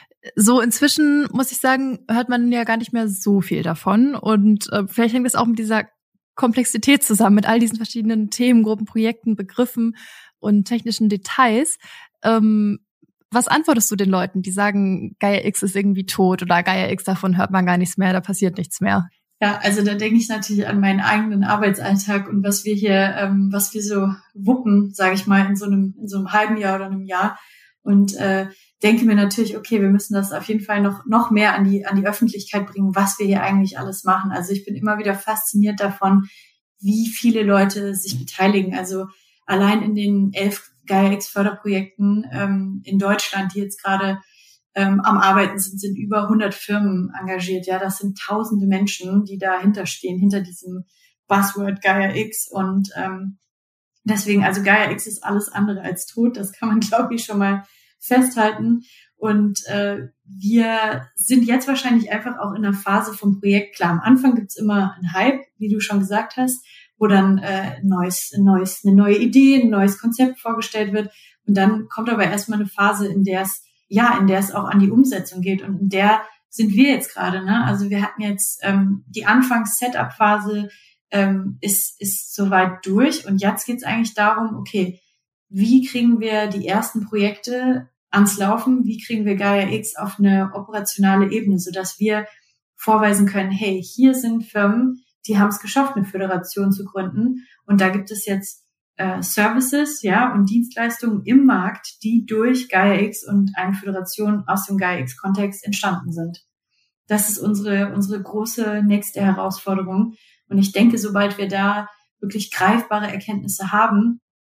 so inzwischen, muss ich sagen, hört man ja gar nicht mehr so viel davon und äh, vielleicht hängt das auch mit dieser Komplexität zusammen, mit all diesen verschiedenen Themengruppen, Projekten, Begriffen und technischen Details. Ähm, was antwortest du den Leuten, die sagen, Gaia X ist irgendwie tot oder Gaia X, davon hört man gar nichts mehr, da passiert nichts mehr? Ja, also da denke ich natürlich an meinen eigenen Arbeitsalltag und was wir hier, ähm, was wir so wuppen, sage ich mal, in so einem in so einem halben Jahr oder einem Jahr und äh, denke mir natürlich, okay, wir müssen das auf jeden Fall noch noch mehr an die an die Öffentlichkeit bringen, was wir hier eigentlich alles machen. Also ich bin immer wieder fasziniert davon, wie viele Leute sich beteiligen. Also allein in den elf Gaia X Förderprojekten ähm, in Deutschland, die jetzt gerade ähm, am Arbeiten sind, sind über hundert Firmen engagiert. Ja, das sind tausende Menschen, die dahinter stehen, hinter diesem Buzzword Gaia X. Und ähm, deswegen, also Gaia X ist alles andere als tot. Das kann man, glaube ich, schon mal festhalten. Und äh, wir sind jetzt wahrscheinlich einfach auch in einer Phase vom Projekt. Klar, am Anfang gibt's immer einen Hype, wie du schon gesagt hast, wo dann äh, ein neues, ein neues, eine neue Idee, ein neues Konzept vorgestellt wird. Und dann kommt aber erstmal eine Phase, in der es ja, in der es auch an die Umsetzung geht. Und in der sind wir jetzt gerade, ne? Also wir hatten jetzt ähm, die Anfangs-Setup-Phase ähm, ist ist soweit durch. Und jetzt geht es eigentlich darum, okay, wie kriegen wir die ersten Projekte ans Laufen? Wie kriegen wir Gaia X auf eine operationale Ebene, sodass wir vorweisen können, hey, hier sind Firmen, die haben es geschafft, eine Föderation zu gründen. Und da gibt es jetzt äh, Services, ja, und Dienstleistungen im Markt, die durch Gaia X und eine Föderation aus dem Gaia X-Kontext entstanden sind. Das ist unsere unsere große nächste Herausforderung. Und ich denke, sobald wir da wirklich greifbare Erkenntnisse haben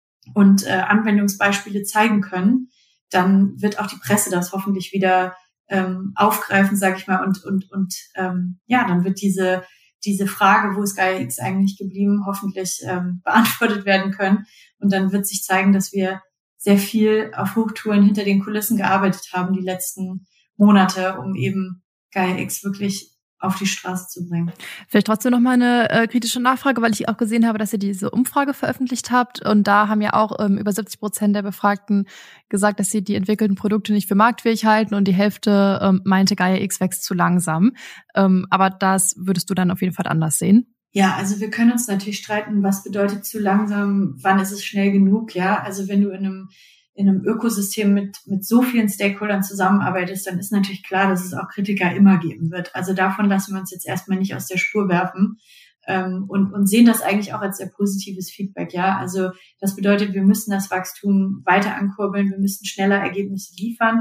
und äh, Anwendungsbeispiele zeigen können, dann wird auch die Presse das hoffentlich wieder ähm, aufgreifen, sage ich mal, und und und ähm, ja, dann wird diese diese Frage, wo ist Gaia X eigentlich geblieben, hoffentlich ähm, beantwortet werden können. Und dann wird sich zeigen, dass wir sehr viel auf Hochtouren hinter den Kulissen gearbeitet haben die letzten Monate, um eben Gaia X wirklich auf die Straße zu bringen. Vielleicht trotzdem noch mal eine äh, kritische Nachfrage, weil ich auch gesehen habe, dass ihr diese Umfrage veröffentlicht habt. Und da haben ja auch ähm, über siebzig Prozent der Befragten gesagt, dass sie die entwickelten Produkte nicht für marktfähig halten und die Hälfte ähm, meinte, Gaia X wächst zu langsam. Ähm, aber das würdest du dann auf jeden Fall anders sehen? Ja, also wir können uns natürlich streiten, was bedeutet zu langsam, wann ist es schnell genug, ja? Also wenn du in einem in einem Ökosystem mit mit so vielen Stakeholdern zusammenarbeitest, dann ist natürlich klar, dass es auch Kritiker immer geben wird. Also davon lassen wir uns jetzt erstmal nicht aus der Spur werfen ähm, und und sehen das eigentlich auch als sehr positives Feedback. Ja, also das bedeutet, wir müssen das Wachstum weiter ankurbeln, wir müssen schneller Ergebnisse liefern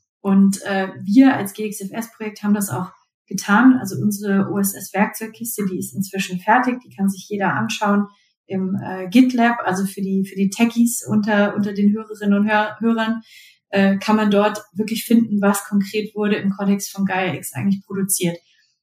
und äh, wir als G X F S-Projekt haben das auch getan. Also unsere O S S-Werkzeugkiste, die ist inzwischen fertig, die kann sich jeder anschauen im äh, GitLab, also für die für die Techies unter unter den Hörerinnen und Hör, Hörern äh, kann man dort wirklich finden, was konkret wurde im Kontext von Gaia X eigentlich produziert.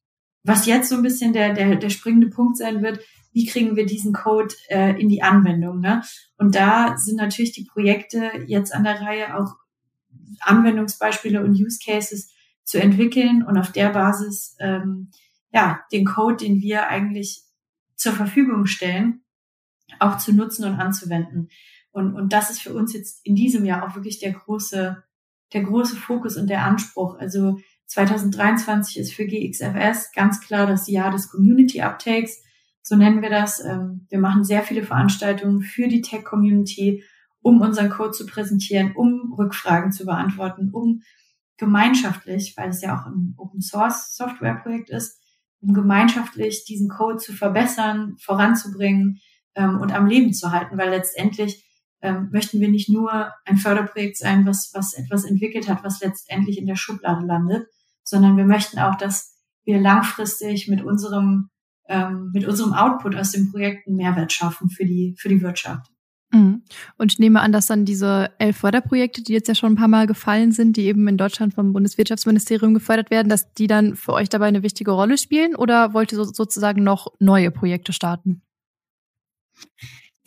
Was jetzt so ein bisschen der der der springende Punkt sein wird, wie kriegen wir diesen Code äh, in die Anwendung, ne? Und da sind natürlich die Projekte jetzt an der Reihe, auch Anwendungsbeispiele und Use Cases zu entwickeln und auf der Basis ähm, ja den Code, den wir eigentlich zur Verfügung stellen, auch zu nutzen und anzuwenden. Und, und das ist für uns jetzt in diesem Jahr auch wirklich der große, der große Fokus und der Anspruch. Also zwanzig dreiundzwanzig ist für G X F S ganz klar das Jahr des Community Uptakes. So nennen wir das. Wir machen sehr viele Veranstaltungen für die Tech-Community, um unseren Code zu präsentieren, um Rückfragen zu beantworten, um gemeinschaftlich, weil es ja auch ein Open-Source-Software-Projekt ist, um gemeinschaftlich diesen Code zu verbessern, voranzubringen, und am Leben zu halten, weil letztendlich ähm, möchten wir nicht nur ein Förderprojekt sein, was was etwas entwickelt hat, was letztendlich in der Schublade landet, sondern wir möchten auch, dass wir langfristig mit unserem ähm, mit unserem Output aus dem Projekt einen Mehrwert schaffen für die für die Wirtschaft. Mhm. Und ich nehme an, dass dann diese elf Förderprojekte, die jetzt ja schon ein paar Mal gefallen sind, die eben in Deutschland vom Bundeswirtschaftsministerium gefördert werden, dass die dann für euch dabei eine wichtige Rolle spielen oder wollt ihr so, sozusagen noch neue Projekte starten?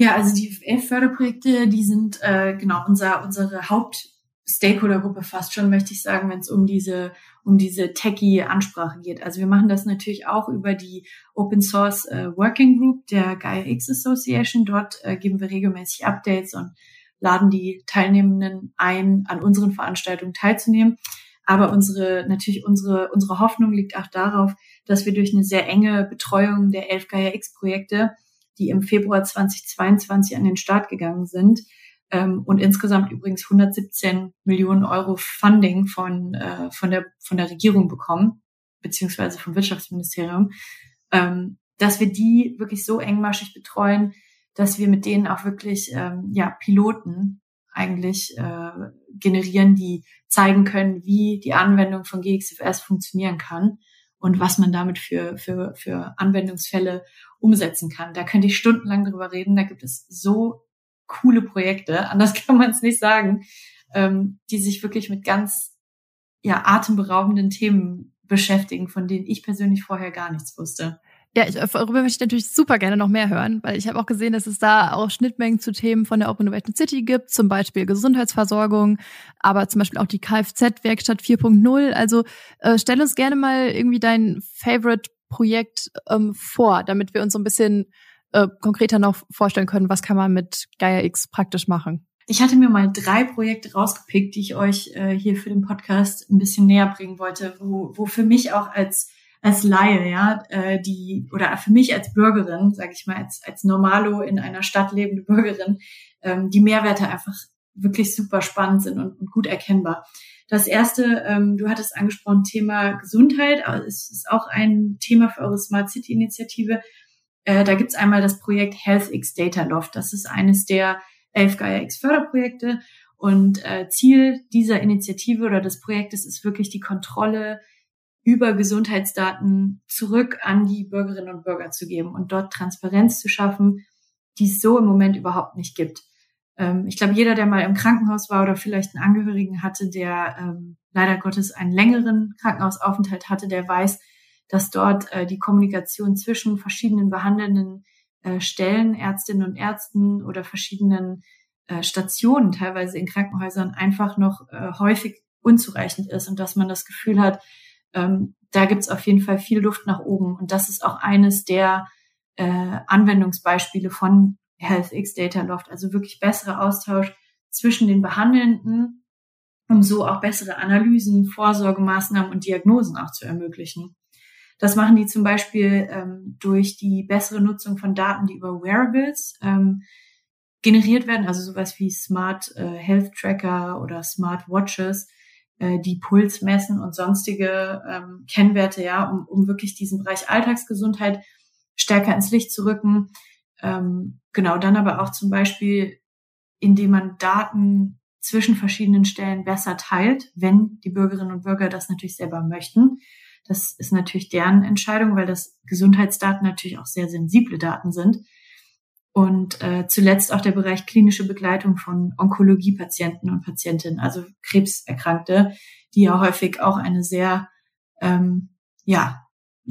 Ja, also die elf Förderprojekte, die sind äh, genau unser unsere Haupt-Stakeholder-Gruppe fast schon, möchte ich sagen, wenn es um diese um diese Techie-Ansprache geht. Also wir machen das natürlich auch über die Open Source äh, Working Group der Gaia X Association. Dort äh, geben wir regelmäßig Updates und laden die Teilnehmenden ein, an unseren Veranstaltungen teilzunehmen. Aber unsere natürlich unsere unsere Hoffnung liegt auch darauf, dass wir durch eine sehr enge Betreuung der elf Gaia X-Projekte, die im Februar zweitausendzweiundzwanzig an den Start gegangen sind ähm, und insgesamt übrigens hundertsiebzehn Millionen Euro Funding von äh, von der von der Regierung bekommen, beziehungsweise vom Wirtschaftsministerium, ähm, dass wir die wirklich so engmaschig betreuen, dass wir mit denen auch wirklich ähm, ja Piloten eigentlich äh, generieren, die zeigen können, wie die Anwendung von G X F S funktionieren kann und was man damit für für für Anwendungsfälle umsetzen kann. Da könnte ich stundenlang drüber reden. Da gibt es so coole Projekte, anders kann man es nicht sagen, ähm, die sich wirklich mit ganz ja atemberaubenden Themen beschäftigen, von denen ich persönlich vorher gar nichts wusste. Ja, ich, darüber möchte ich natürlich super gerne noch mehr hören, weil ich habe auch gesehen, dass es da auch Schnittmengen zu Themen von der Open Innovation City gibt, zum Beispiel Gesundheitsversorgung, aber zum Beispiel auch die Kfz-Werkstatt vier Punkt null. Also äh, stell uns gerne mal irgendwie dein Favorite-Projekt ähm, vor, damit wir uns so ein bisschen äh, konkreter noch vorstellen können, was kann man mit Gaia X praktisch machen. Ich hatte mir mal drei Projekte rausgepickt, die ich euch äh, hier für den Podcast ein bisschen näher bringen wollte, wo, wo für mich auch als als Laie, ja, äh, die oder für mich als Bürgerin, sage ich mal, als als Normalo in einer Stadt lebende Bürgerin, ähm, die Mehrwerte einfach wirklich super spannend sind und, und gut erkennbar. Das erste, ähm, du hattest angesprochen, Thema Gesundheit, es ist auch ein Thema für eure Smart City Initiative. Äh, da gibt's einmal das Projekt HealthX Data Loft. Das ist eines der elf Gaia X Förderprojekte und äh, Ziel dieser Initiative oder des Projektes ist wirklich die Kontrolle über Gesundheitsdaten zurück an die Bürgerinnen und Bürger zu geben und dort Transparenz zu schaffen, die es so im Moment überhaupt nicht gibt. Ähm, ich glaube, jeder, der mal im Krankenhaus war oder vielleicht einen Angehörigen hatte, der ähm, leider Gottes einen längeren Krankenhausaufenthalt hatte, der weiß, dass dort äh, die Kommunikation zwischen verschiedenen behandelnden äh, Stellen, Ärztinnen und Ärzten oder verschiedenen äh, Stationen teilweise in Krankenhäusern einfach noch äh, häufig unzureichend ist und dass man das Gefühl hat, Ähm, da gibt's auf jeden Fall viel Luft nach oben. Und das ist auch eines der äh, Anwendungsbeispiele von HealthX Data Loft. Also wirklich besserer Austausch zwischen den Behandelnden, um so auch bessere Analysen, Vorsorgemaßnahmen und Diagnosen auch zu ermöglichen. Das machen die zum Beispiel ähm, durch die bessere Nutzung von Daten, die über Wearables ähm, generiert werden, also sowas wie Smart äh, Health Tracker oder Smart Watches, die Puls messen und sonstige ähm, Kennwerte, ja, um, um wirklich diesen Bereich Alltagsgesundheit stärker ins Licht zu rücken. Ähm, genau, dann aber auch zum Beispiel, indem man Daten zwischen verschiedenen Stellen besser teilt, wenn die Bürgerinnen und Bürger das natürlich selber möchten. Das ist natürlich deren Entscheidung, weil das Gesundheitsdaten natürlich auch sehr sensible Daten sind. Und äh, zuletzt auch der Bereich klinische Begleitung von Onkologiepatienten und Patientinnen, also Krebserkrankte, die ja häufig auch eine sehr, ähm, ja,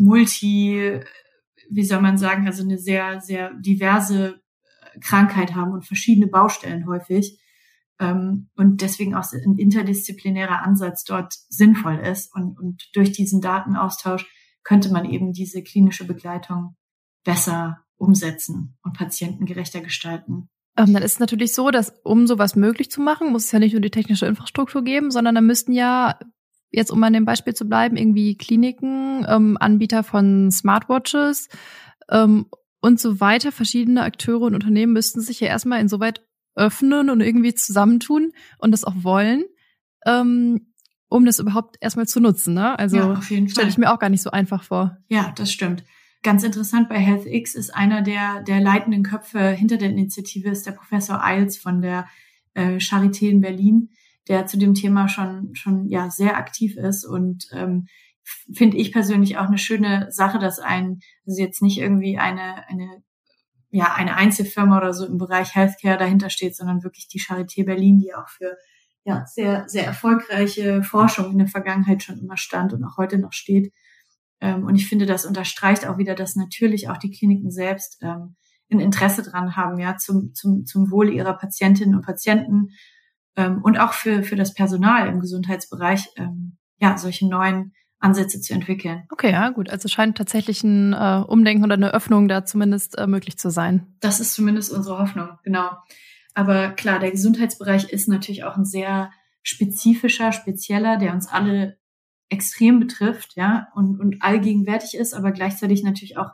multi, wie soll man sagen, also eine sehr, sehr diverse Krankheit haben und verschiedene Baustellen häufig. Ähm, und deswegen auch ein interdisziplinärer Ansatz dort sinnvoll ist. Und, und durch diesen Datenaustausch könnte man eben diese klinische Begleitung besser umsetzen und patientengerechter gestalten. Ähm, dann ist es natürlich so, dass um sowas möglich zu machen, muss es ja nicht nur die technische Infrastruktur geben, sondern da müssten ja, jetzt um an dem Beispiel zu bleiben, irgendwie Kliniken, ähm, Anbieter von Smartwatches ähm, und so weiter, verschiedene Akteure und Unternehmen müssten sich ja erstmal insoweit öffnen und irgendwie zusammentun und das auch wollen, ähm, um das überhaupt erstmal zu nutzen. Ne? Also ja, auf jeden Fall. Stelle ich mir auch gar nicht so einfach vor. Ja, das stimmt. Ganz interessant bei HealthX ist einer der, der leitenden Köpfe hinter der Initiative ist der Professor Eils von der äh, Charité in Berlin, der zu dem Thema schon, schon, ja, sehr aktiv ist und, ähm, finde ich persönlich auch eine schöne Sache, dass ein, also jetzt nicht irgendwie eine, eine, ja, eine Einzelfirma oder so im Bereich Healthcare dahinter steht, sondern wirklich die Charité Berlin, die auch für, ja, sehr, sehr erfolgreiche Forschung in der Vergangenheit schon immer stand und auch heute noch steht. Und ich finde, das unterstreicht auch wieder, dass natürlich auch die Kliniken selbst ähm, ein Interesse dran haben, ja, zum, zum, zum Wohle ihrer Patientinnen und Patienten, ähm, und auch für, für das Personal im Gesundheitsbereich, ähm, ja, solche neuen Ansätze zu entwickeln. Okay, ja, gut. Also scheint tatsächlich ein äh, Umdenken oder eine Öffnung da zumindest äh, möglich zu sein. Das ist zumindest unsere Hoffnung, genau. Aber klar, der Gesundheitsbereich ist natürlich auch ein sehr spezifischer, spezieller, der uns alle extrem betrifft, ja, und, und allgegenwärtig ist, aber gleichzeitig natürlich auch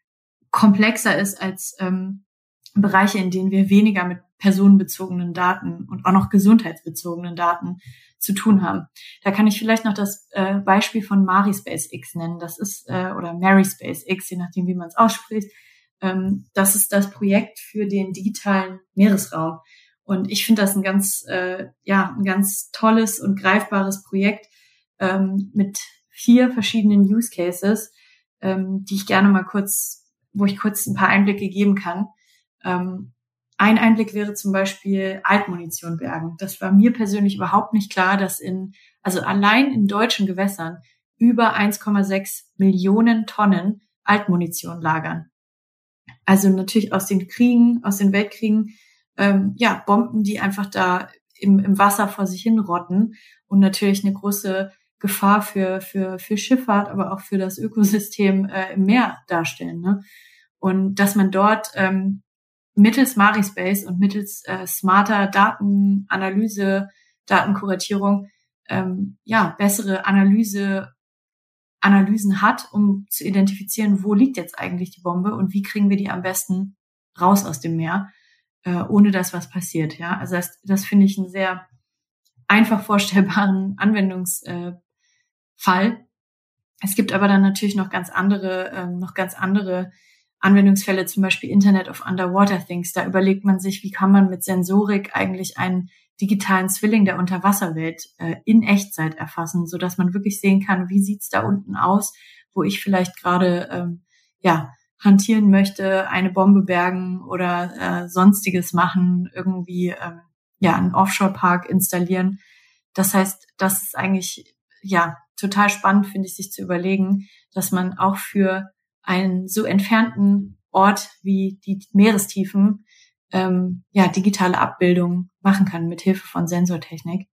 komplexer ist als ähm, Bereiche, in denen wir weniger mit personenbezogenen Daten und auch noch gesundheitsbezogenen Daten zu tun haben. Da kann ich vielleicht noch das äh, Beispiel von MariSpaceX nennen. Das ist, äh, oder MariSpaceX, je nachdem, wie man es ausspricht. Ähm, das ist das Projekt für den digitalen Meeresraum. Und ich finde das ein ganz, äh, ja, ein ganz tolles und greifbares Projekt ähm, mit vier verschiedenen Use Cases, ähm, die ich gerne mal kurz, wo ich kurz ein paar Einblicke geben kann. Ähm, ein Einblick wäre zum Beispiel Altmunition bergen. Das war mir persönlich überhaupt nicht klar, dass in, also allein in deutschen Gewässern über eins Komma sechs Millionen Tonnen Altmunition lagern. Also natürlich aus den Kriegen, aus den Weltkriegen, ähm, ja, Bomben, die einfach da im, im Wasser vor sich hin rotten und natürlich eine große Gefahr für, für, für Schifffahrt, aber auch für das Ökosystem äh, im Meer darstellen, ne? Und dass man dort ähm, mittels MariSpace und mittels äh, smarter Datenanalyse, Datenkuratierung, ähm, ja, bessere Analyse, Analysen hat, um zu identifizieren, wo liegt jetzt eigentlich die Bombe und wie kriegen wir die am besten raus aus dem Meer, äh, ohne dass was passiert, ja. Also das, das finde ich einen sehr einfach vorstellbaren Anwendungsfall. Äh, es gibt aber dann natürlich noch ganz andere, äh, noch ganz andere Anwendungsfälle, zum Beispiel Internet of Underwater Things. Da überlegt man sich, wie kann man mit Sensorik eigentlich einen digitalen Zwilling der Unterwasserwelt äh, in Echtzeit erfassen, so dass man wirklich sehen kann, wie sieht's da unten aus, wo ich vielleicht gerade ähm, ja hantieren möchte, eine Bombe bergen oder äh, sonstiges machen, irgendwie ähm, ja einen Offshore-Park installieren. Das heißt, das ist eigentlich ja total spannend, finde ich, sich zu überlegen, dass man auch für einen so entfernten Ort wie die Meerestiefen ähm, ja digitale Abbildungen machen kann mit Hilfe von Sensortechnik.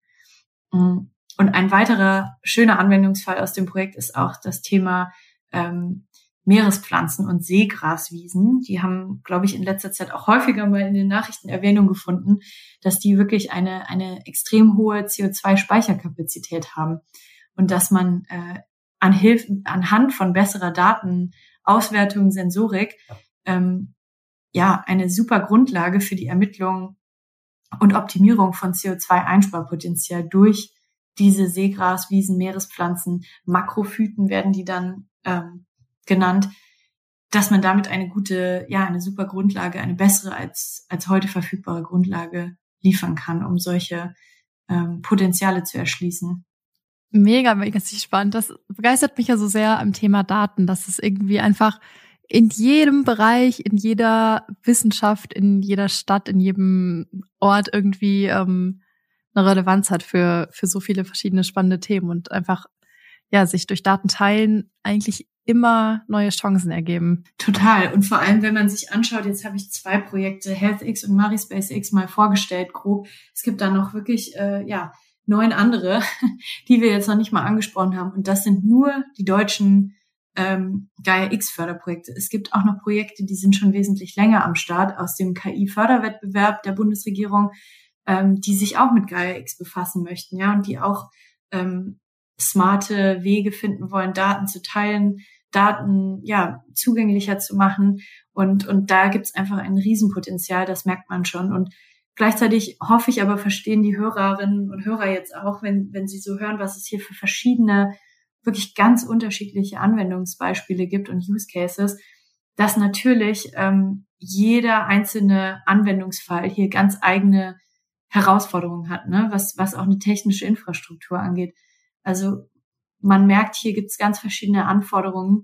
Und ein weiterer schöner Anwendungsfall aus dem Projekt ist auch das Thema ähm, Meerespflanzen und Seegraswiesen. Die haben, glaube ich, in letzter Zeit auch häufiger mal in den Nachrichten Erwähnung gefunden, dass die wirklich eine eine extrem hohe C O zwei Speicherkapazität haben und dass man äh, an Hilfen, anhand von besserer Datenauswertung, Sensorik, ähm, ja, eine super Grundlage für die Ermittlung und Optimierung von C O zwei Einsparpotenzial durch diese Seegraswiesen, Meerespflanzen, Makrophyten werden die dann ähm, genannt, dass man damit eine gute, ja, eine super Grundlage, eine bessere als als heute verfügbare Grundlage liefern kann, um solche ähm, Potenziale zu erschließen. Mega, mega spannend. Das begeistert mich ja so sehr am Thema Daten, dass es irgendwie einfach in jedem Bereich, in jeder Wissenschaft, in jeder Stadt, in jedem Ort irgendwie ähm, eine Relevanz hat für für so viele verschiedene spannende Themen und einfach ja sich durch Daten teilen eigentlich immer neue Chancen ergeben. Total. Und vor allem, wenn man sich anschaut, jetzt habe ich zwei Projekte, HealthX und MariSpaceX, mal vorgestellt, grob. Es gibt da noch wirklich, äh, ja, neun andere, die wir jetzt noch nicht mal angesprochen haben. Und das sind nur die deutschen ähm, Gaia-X-Förderprojekte. Es gibt auch noch Projekte, die sind schon wesentlich länger am Start aus dem K I-Förderwettbewerb der Bundesregierung, ähm, die sich auch mit Gaia-X befassen möchten, ja, und die auch ähm, smarte Wege finden wollen, Daten zu teilen, Daten ja zugänglicher zu machen. Und und da gibt's einfach ein Riesenpotenzial, das merkt man schon. Und gleichzeitig hoffe ich aber, verstehen die Hörerinnen und Hörer jetzt auch, wenn wenn sie so hören, was es hier für verschiedene, wirklich ganz unterschiedliche Anwendungsbeispiele gibt und Use Cases, dass natürlich ähm, jeder einzelne Anwendungsfall hier ganz eigene Herausforderungen hat, ne, was was auch eine technische Infrastruktur angeht. Also man merkt, hier gibt es ganz verschiedene Anforderungen,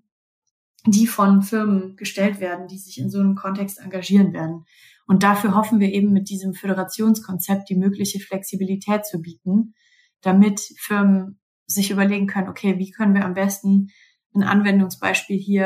die von Firmen gestellt werden, die sich in so einem Kontext engagieren werden. Und dafür hoffen wir eben mit diesem Föderationskonzept die mögliche Flexibilität zu bieten, damit Firmen sich überlegen können, okay, wie können wir am besten ein Anwendungsbeispiel hier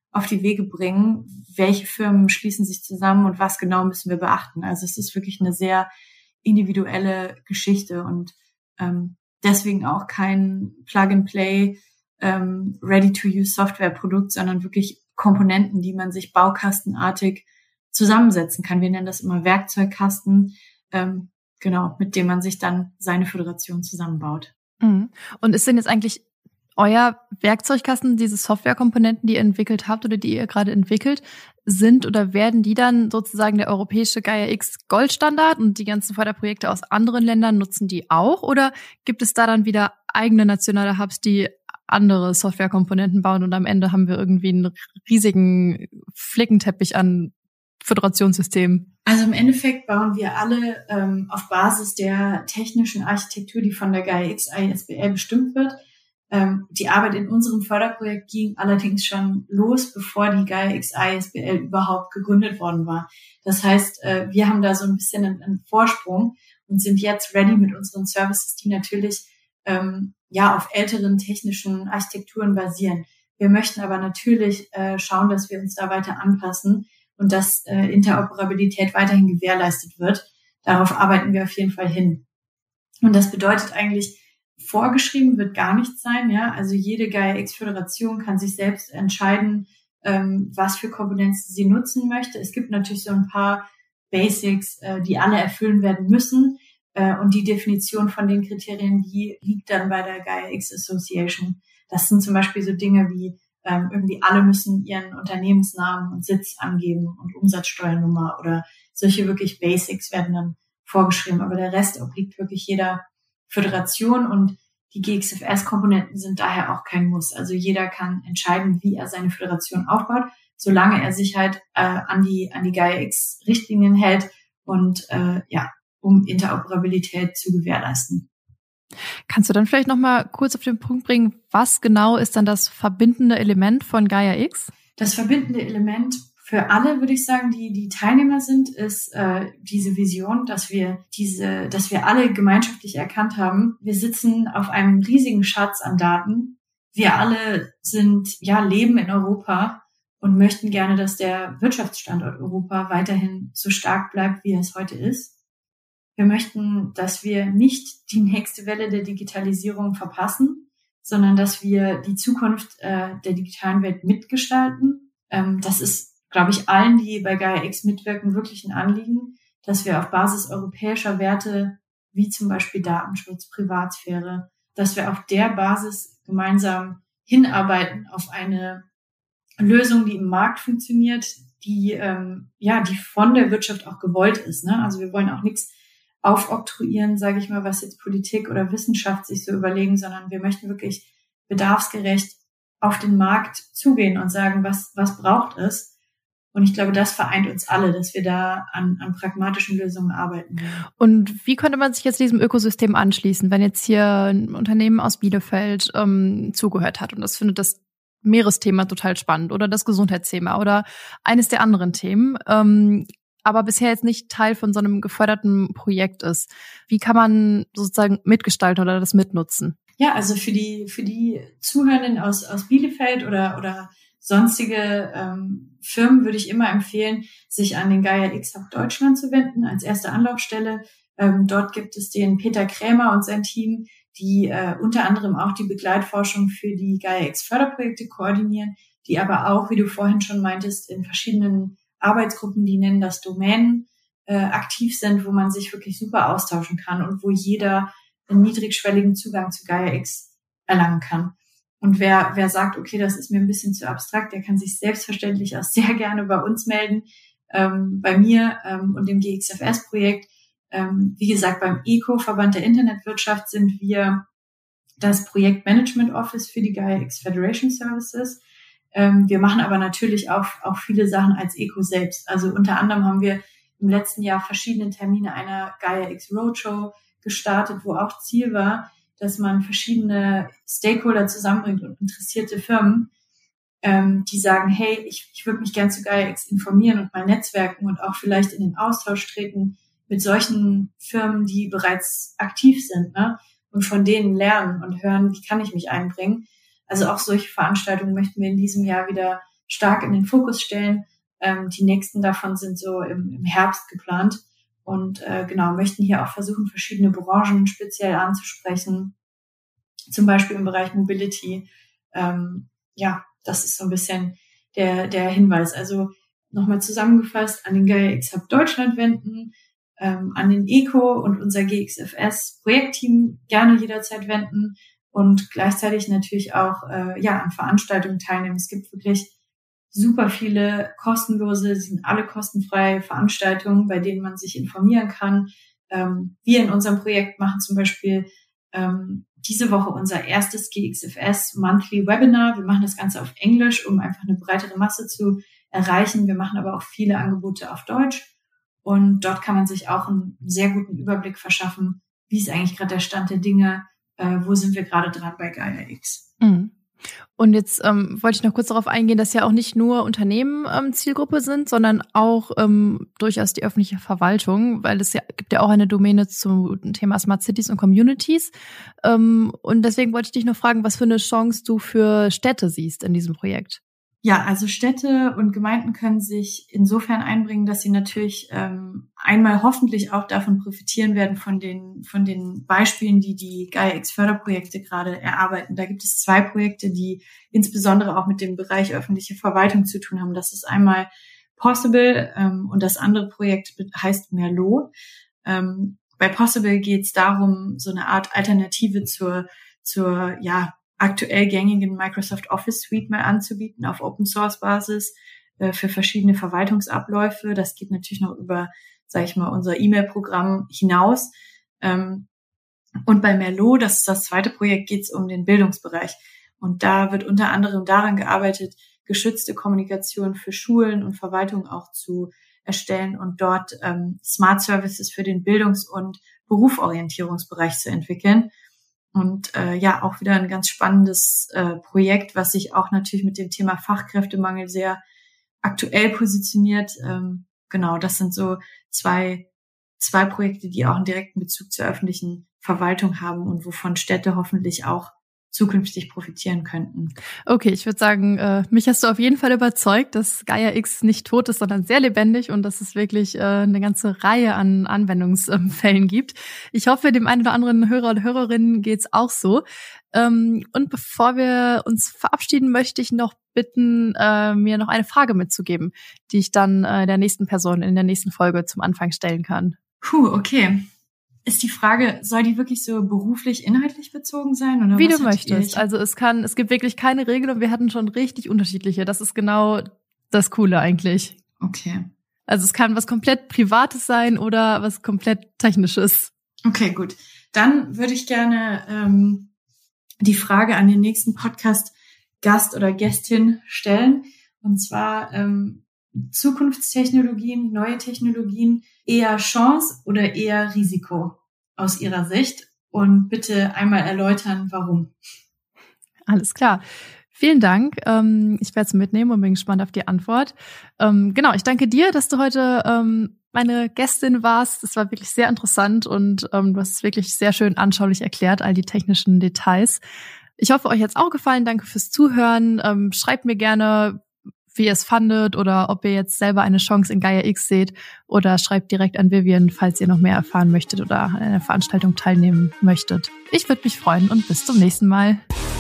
auf die Wege bringen, welche Firmen schließen sich zusammen und was genau müssen wir beachten. Also es ist wirklich eine sehr individuelle Geschichte und ähm, deswegen auch kein Plug-and-Play, ähm, Ready-to-Use-Software-Produkt, sondern wirklich Komponenten, die man sich baukastenartig zusammensetzen kann. Wir nennen das immer Werkzeugkasten, ähm, genau, mit dem man sich dann seine Föderation zusammenbaut. Mhm. Und ist denn jetzt eigentlich euer Werkzeugkasten, diese Softwarekomponenten, die ihr entwickelt habt oder die ihr gerade entwickelt, sind oder werden die dann sozusagen der europäische Gaia-X Goldstandard und die ganzen Förderprojekte aus anderen Ländern nutzen die auch? Oder gibt es da dann wieder eigene nationale Hubs, die andere Softwarekomponenten bauen und am Ende haben wir irgendwie einen riesigen Flickenteppich an Föderationssystemen? Also im Endeffekt bauen wir alle ähm, auf Basis der technischen Architektur, die von der Gaia-X I S B L bestimmt wird. Ähm, die Arbeit in unserem Förderprojekt ging allerdings schon los, bevor die Gaia-X I S B L überhaupt gegründet worden war. Das heißt, äh, wir haben da so ein bisschen einen, einen Vorsprung und sind jetzt ready mit unseren Services, die natürlich ähm, ja auf älteren technischen Architekturen basieren. Wir möchten aber natürlich äh, schauen, dass wir uns da weiter anpassen und dass äh, Interoperabilität weiterhin gewährleistet wird. Darauf arbeiten wir auf jeden Fall hin. Und das bedeutet eigentlich, vorgeschrieben wird gar nichts sein, ja. Also jede Gaia-X-Föderation kann sich selbst entscheiden, ähm, was für Komponenten sie nutzen möchte. Es gibt natürlich so ein paar Basics, äh, die alle erfüllen werden müssen. Äh, und die Definition von den Kriterien, die liegt dann bei der Gaia-X Association. Das sind zum Beispiel so Dinge wie ähm, irgendwie alle müssen ihren Unternehmensnamen und Sitz angeben und Umsatzsteuernummer oder solche wirklich Basics werden dann vorgeschrieben. Aber der Rest obliegt wirklich jeder Föderation und die G X F S-Komponenten sind daher auch kein Muss. Also jeder kann entscheiden, wie er seine Föderation aufbaut, solange er sich halt äh, an die an die Gaia-X-Richtlinien hält und äh, ja, um Interoperabilität zu gewährleisten. Kannst du dann vielleicht noch mal kurz auf den Punkt bringen, was genau ist dann das verbindende Element von Gaia-X? Das verbindende Element für alle, würde ich sagen, die die Teilnehmer sind, ist äh, diese Vision, dass wir diese, dass wir alle gemeinschaftlich erkannt haben. Wir sitzen auf einem riesigen Schatz an Daten. Wir alle sind ja leben in Europa und möchten gerne, dass der Wirtschaftsstandort Europa weiterhin so stark bleibt, wie es heute ist. Wir möchten, dass wir nicht die nächste Welle der Digitalisierung verpassen, sondern dass wir die Zukunft äh, der digitalen Welt mitgestalten. Ähm, das ist, glaube ich, allen, die bei Gaia-X mitwirken, wirklich ein Anliegen, dass wir auf Basis europäischer Werte, wie zum Beispiel Datenschutz, Privatsphäre, dass wir auf der Basis gemeinsam hinarbeiten auf eine Lösung, die im Markt funktioniert, die ähm, ja, die von der Wirtschaft auch gewollt ist. Ne? Also wir wollen auch nichts aufoktroyieren, sage ich mal, was jetzt Politik oder Wissenschaft sich so überlegen, sondern wir möchten wirklich bedarfsgerecht auf den Markt zugehen und sagen, was was braucht es. Und ich glaube, das vereint uns alle, dass wir da an, an pragmatischen Lösungen arbeiten. Und wie könnte man sich jetzt diesem Ökosystem anschließen, wenn jetzt hier ein Unternehmen aus Bielefeld ähm, zugehört hat und das findet das Meeresthema total spannend oder das Gesundheitsthema oder eines der anderen Themen, ähm, aber bisher jetzt nicht Teil von so einem geförderten Projekt ist. Wie kann man sozusagen mitgestalten oder das mitnutzen? Ja, also für die für die Zuhörenden aus aus Bielefeld oder oder sonstige ähm, Firmen würde ich immer empfehlen, sich an den Gaia-X Hub Deutschland zu wenden als erste Anlaufstelle. Ähm, dort gibt es den Peter Krämer und sein Team, die äh, unter anderem auch die Begleitforschung für die Gaia-X Förderprojekte koordinieren, die aber auch, wie du vorhin schon meintest, in verschiedenen Arbeitsgruppen, die nennen das Domänen, äh, aktiv sind, wo man sich wirklich super austauschen kann und wo jeder einen niedrigschwelligen Zugang zu Gaia-X erlangen kann. Und wer wer sagt, okay, das ist mir ein bisschen zu abstrakt, der kann sich selbstverständlich auch sehr gerne bei uns melden, ähm, bei mir ähm, und dem G X F S-Projekt. Ähm, wie gesagt, beim E C O, Verband der Internetwirtschaft, sind wir das Projektmanagement Office für die Gaia-X Federation Services. Ähm, wir machen aber natürlich auch, auch viele Sachen als E C O selbst. Also unter anderem haben wir im letzten Jahr verschiedene Termine einer Gaia-X Roadshow gestartet, wo auch Ziel war, dass man verschiedene Stakeholder zusammenbringt und interessierte Firmen, ähm, die sagen, hey, ich, ich würde mich gern zu Gaia-X informieren und mal netzwerken und auch vielleicht in den Austausch treten mit solchen Firmen, die bereits aktiv sind, ne? Und von denen lernen und hören, wie kann ich mich einbringen. Also auch solche Veranstaltungen möchten wir in diesem Jahr wieder stark in den Fokus stellen. Ähm, die nächsten davon sind so im, im Herbst geplant und äh, genau möchten hier auch versuchen, verschiedene Branchen speziell anzusprechen, zum Beispiel im Bereich Mobility. Ähm, ja, das ist so ein bisschen der, der Hinweis. Also nochmal zusammengefasst, an den Gaia X Hub Deutschland wenden, ähm, an den E C O und unser G X F S Projektteam gerne jederzeit wenden und gleichzeitig natürlich auch äh, ja an Veranstaltungen teilnehmen. Es gibt wirklich super viele kostenlose, sie sind alle kostenfreie Veranstaltungen, bei denen man sich informieren kann. Ähm, wir in unserem Projekt machen zum Beispiel ähm, diese Woche unser erstes G X F S Monthly Webinar. Wir machen das Ganze auf Englisch, um einfach eine breitere Masse zu erreichen. Wir machen aber auch viele Angebote auf Deutsch. Und dort kann man sich auch einen sehr guten Überblick verschaffen, wie ist eigentlich gerade der Stand der Dinge, äh, wo sind wir gerade dran bei Gaia X. Mhm. Und jetzt ähm, wollte ich noch kurz darauf eingehen, dass ja auch nicht nur Unternehmen ähm, Zielgruppe sind, sondern auch ähm, durchaus die öffentliche Verwaltung, weil es ja gibt ja auch eine Domäne zum Thema Smart Cities und Communities. Ähm, und deswegen wollte ich dich noch fragen, was für eine Chance du für Städte siehst in diesem Projekt. Ja, also Städte und Gemeinden können sich insofern einbringen, dass sie natürlich ähm, einmal hoffentlich auch davon profitieren werden von den von den Beispielen, die die Gaia X Förderprojekte gerade erarbeiten. Da gibt es zwei Projekte, die insbesondere auch mit dem Bereich öffentliche Verwaltung zu tun haben. Das ist einmal Possible ähm, und das andere Projekt heißt Merlot. Ähm, bei Possible geht es darum, so eine Art Alternative zur zur ja aktuell gängigen Microsoft Office Suite mal anzubieten auf Open-Source-Basis äh, für verschiedene Verwaltungsabläufe. Das geht natürlich noch über, sage ich mal, unser E-Mail-Programm hinaus. Ähm, und bei Merlot, das ist das zweite Projekt, geht es um den Bildungsbereich. Und da wird unter anderem daran gearbeitet, geschützte Kommunikation für Schulen und Verwaltungen auch zu erstellen und dort ähm, Smart Services für den Bildungs- und Berufsorientierungsbereich zu entwickeln. Und äh, ja, auch wieder ein ganz spannendes äh, Projekt, was sich auch natürlich mit dem Thema Fachkräftemangel sehr aktuell positioniert. Ähm, genau, das sind so zwei zwei Projekte, die auch einen direkten Bezug zur öffentlichen Verwaltung haben und wovon Städte hoffentlich auch zukünftig profitieren könnten. Okay, ich würde sagen, äh, mich hast du auf jeden Fall überzeugt, dass Gaia X nicht tot ist, sondern sehr lebendig und dass es wirklich äh, eine ganze Reihe an Anwendungsfällen gibt. Ich hoffe, dem einen oder anderen Hörer und Hörerinnen geht's auch so. Ähm, und bevor wir uns verabschieden, möchte ich noch bitten, äh, mir noch eine Frage mitzugeben, die ich dann äh, der nächsten Person in der nächsten Folge zum Anfang stellen kann. Puh, okay. Ist die Frage, soll die wirklich so beruflich, inhaltlich bezogen sein? Oder wie was du möchtest. Also es kann, es gibt wirklich keine Regel und wir hatten schon richtig unterschiedliche. Das ist genau das Coole eigentlich. Okay. Also es kann was komplett Privates sein oder was komplett Technisches. Okay, gut. Dann würde ich gerne ähm, die Frage an den nächsten Podcast-Gast oder Gästin stellen. Und zwar ähm, Zukunftstechnologien, neue Technologien, eher Chance oder eher Risiko aus Ihrer Sicht? Und bitte einmal erläutern, warum. Alles klar. Vielen Dank. Ich werde es mitnehmen und bin gespannt auf die Antwort. Genau, ich danke dir, dass du heute meine Gästin warst. Das war wirklich sehr interessant und du hast es wirklich sehr schön anschaulich erklärt, all die technischen Details. Ich hoffe, euch hat's auch gefallen. Danke fürs Zuhören. Schreibt mir gerne, wie ihr es fandet oder ob ihr jetzt selber eine Chance in Gaia X seht oder schreibt direkt an Vivian, falls ihr noch mehr erfahren möchtet oder an einer Veranstaltung teilnehmen möchtet. Ich würde mich freuen und bis zum nächsten Mal.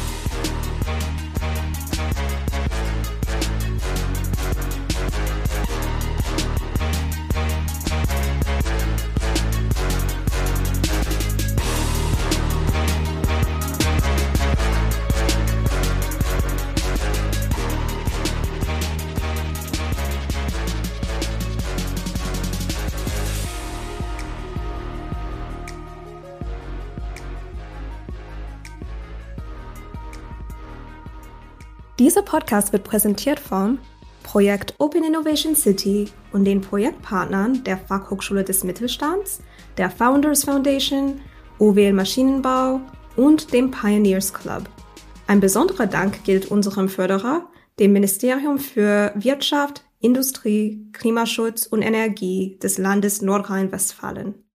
Dieser Podcast wird präsentiert vom Projekt Open Innovation City und den Projektpartnern der Fachhochschule des Mittelstands, der Founders Foundation, O W L Maschinenbau und dem Pioneers Club. Ein besonderer Dank gilt unserem Förderer, dem Ministerium für Wirtschaft, Industrie, Klimaschutz und Energie des Landes Nordrhein-Westfalen.